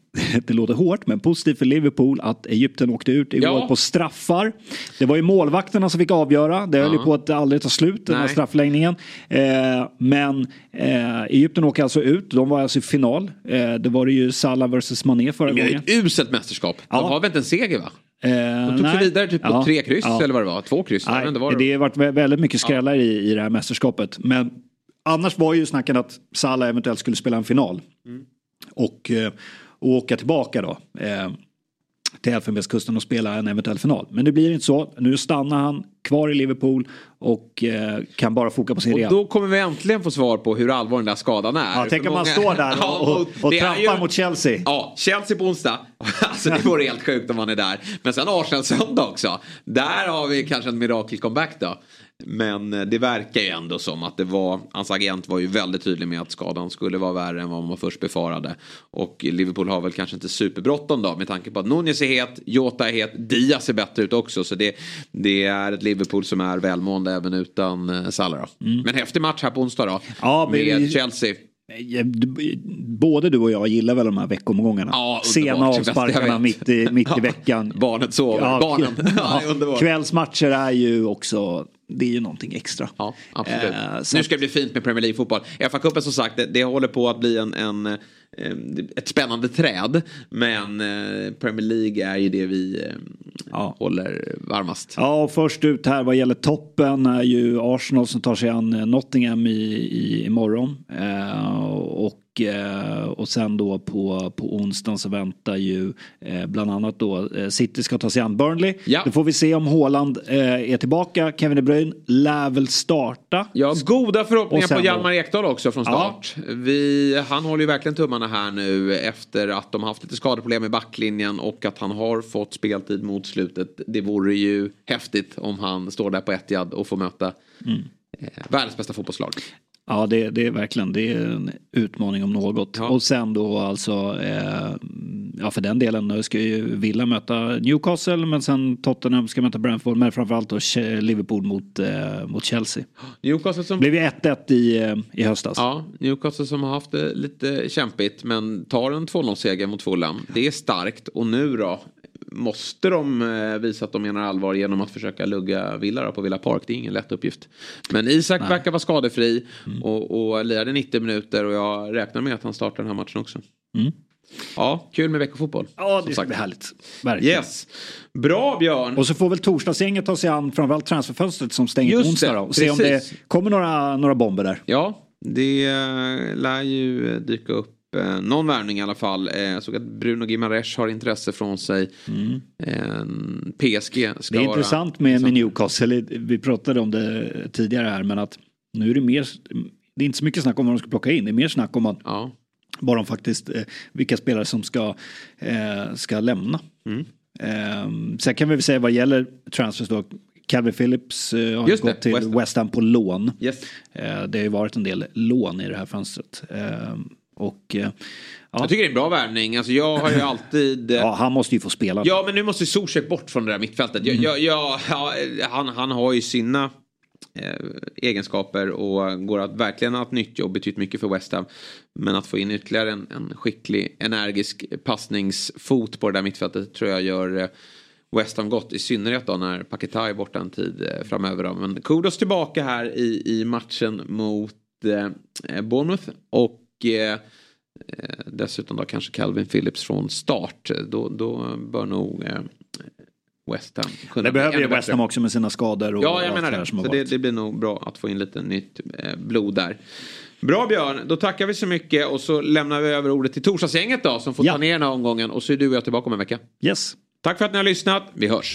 Speaker 6: det låter hårt, men positivt för Liverpool att Egypten åkte ut igår på straffar. Det var ju målvakterna som fick avgöra. Det höll ju på att aldrig ta slut, den här straffläggningen. Men Egypten åker alltså ut. De var alltså i final. Det var det ju Salah versus Mané förra gången.
Speaker 5: Ett uselt mästerskap. De har väl inte en seger, va? De tog sig vidare typ på 3 kryss eller vad det var. 2 kryss.
Speaker 6: Nej, det har varit väldigt mycket skrällar i det här mästerskapet. Men annars var ju snacken att Salah eventuellt skulle spela en final. Och åka tillbaka då till Elfenbenskusten och spela en eventuell final. Men det blir inte så. Nu stannar han kvar i Liverpool och kan bara foka på sin rehab.
Speaker 5: Och då kommer vi äntligen få svar på hur allvarlig den där skadan är.
Speaker 6: Ja, tänk om man står där och trampar mot Chelsea.
Speaker 5: Ja, Chelsea på onsdag. Alltså det vore helt sjukt om man är där. Men sen Arsenal söndag också. Där har vi kanske en mirakel-comeback då. Men det verkar ju ändå som att hans agent var ju väldigt tydlig med att skadan skulle vara värre än vad man först befarade. Och Liverpool har väl kanske inte superbråttom då, med tanke på att Nunez är het, Jota är het, Diaz ser bättre ut också. Så det är ett Liverpool som är välmående även utan Salah då. Men häftig match här på onsdag då, med Chelsea.
Speaker 6: Både du och jag gillar väl de här veckomgångarna. Sena avsparkarna mitt i veckan.
Speaker 5: Barnet sover.
Speaker 6: Kvällsmatcher är ju också, det är ju någonting extra.
Speaker 5: Ja, absolut. Nu ska det bli fint med Premier League-fotboll. FA-cupen som sagt, det håller på att bli ett spännande träd. Men Premier League är ju det vi håller varmast.
Speaker 6: Ja, och först ut här vad gäller toppen är ju Arsenal som tar sig an Nottingham imorgon. Och sen då på onsdagen så väntar ju bland annat då City ska ta sig an Burnley. Ja. Då får vi se om Haaland är tillbaka. Kevin De Bruyne lär väl starta.
Speaker 5: Ja, goda förhoppningar på Hjalmar Ekdal också från start. Han håller ju verkligen tummarna här nu efter att de har haft lite skadeproblem i backlinjen och att han har fått speltid mot slutet. Det vore ju häftigt om han står där på Etihad och får möta världens bästa fotbollslag.
Speaker 6: Ja, det är verkligen, det är en utmaning om något. Ja. Och sen då alltså, för den delen ska ju Villa möta Newcastle, men sen Tottenham ska möta Brentford, men framförallt då Liverpool mot Chelsea.
Speaker 5: Newcastle som
Speaker 6: blev ju 1-1 i höstas.
Speaker 5: Ja, Newcastle som har haft det lite kämpigt, men tar en 2-0-seger mot Fulham. Det är starkt, och nu då måste de visa att de menar allvar genom att försöka lugga Villa på Villa Park. Det är ingen lätt uppgift. Men Isak verkar vara skadefri och lirade 90 minuter, och jag räknar med att han startar den här matchen också. Ja, kul med veckofotboll.
Speaker 6: Ja, det ska bli härligt. Verkligen.
Speaker 5: Yes. Bra, Björn.
Speaker 6: Och så får väl torsdagsgänget ta sig an framförallt transferfönstret som stänger på onsdag då, och se om det kommer några bomber där.
Speaker 5: Ja, det lär ju dyka upp någon värvning i alla fall. Jag såg att Bruno Guimaraes har intresse från sig. PSG ska
Speaker 6: det är intressant med Newcastle. Vi pratade om det tidigare här, men att nu är det mer, det är inte så mycket snack om vad de ska plocka in. Det är mer snack om att bara de faktiskt vilka spelare som ska lämna. Sen kan vi säga vad gäller transfers då, Calvin Phillips har gått till West Ham på lån. Det har ju varit en del lån i det här fönstret.
Speaker 5: Jag tycker det är en bra värvning. Alltså jag har ju alltid...
Speaker 6: han måste ju få spela.
Speaker 5: Ja, men nu måste Solskjaer bort från det där mittfältet. Han har ju sina egenskaper och går att verkligen att nyttja och betytt mycket för West Ham. Men att få in ytterligare en skicklig, energisk passningsfot på det där mittfältet tror jag gör West Ham gott, i synnerhet då när Paquetá är borta en tid framöver då. Men kudos tillbaka här i matchen mot Bournemouth, och dessutom då kanske Calvin Phillips från start. Då bör nog West Ham kunna.
Speaker 6: Det behöver ju West Ham också med sina skador och
Speaker 5: jag menar det. Så det blir nog bra att få in lite nytt blod där. Bra, Björn, då tackar vi så mycket, och så lämnar vi över ordet till torsdagsgänget då, som får ta ner den här omgången, och så är du och jag tillbaka om en vecka.
Speaker 6: Yes.
Speaker 5: Tack för att ni har lyssnat. Vi hörs.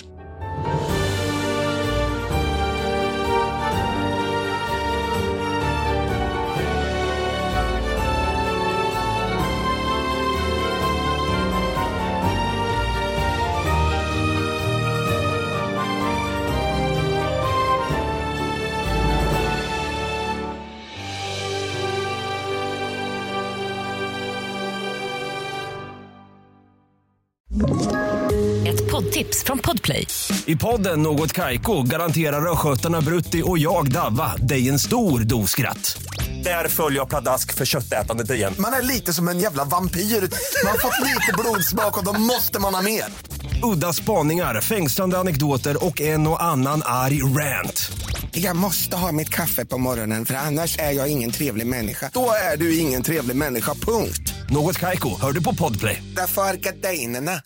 Speaker 8: poddtips från Podplay.
Speaker 9: I podden Något Kaiko garanterar röskötarna Brutti och jag Davva dig en stor dos skratt. Där följer jag pladask för köttätandet igen.
Speaker 10: Man är lite som en jävla vampyr. Man har fått lite blodsmak och då måste man ha mer.
Speaker 9: Udda spaningar, fängslande anekdoter och en och annan arg rant.
Speaker 10: Jag måste ha mitt kaffe på morgonen, för annars är jag ingen trevlig människa. Då är du ingen trevlig människa, punkt.
Speaker 9: Något Kaiko, hör du på Podplay.
Speaker 10: Därför är gardinerna.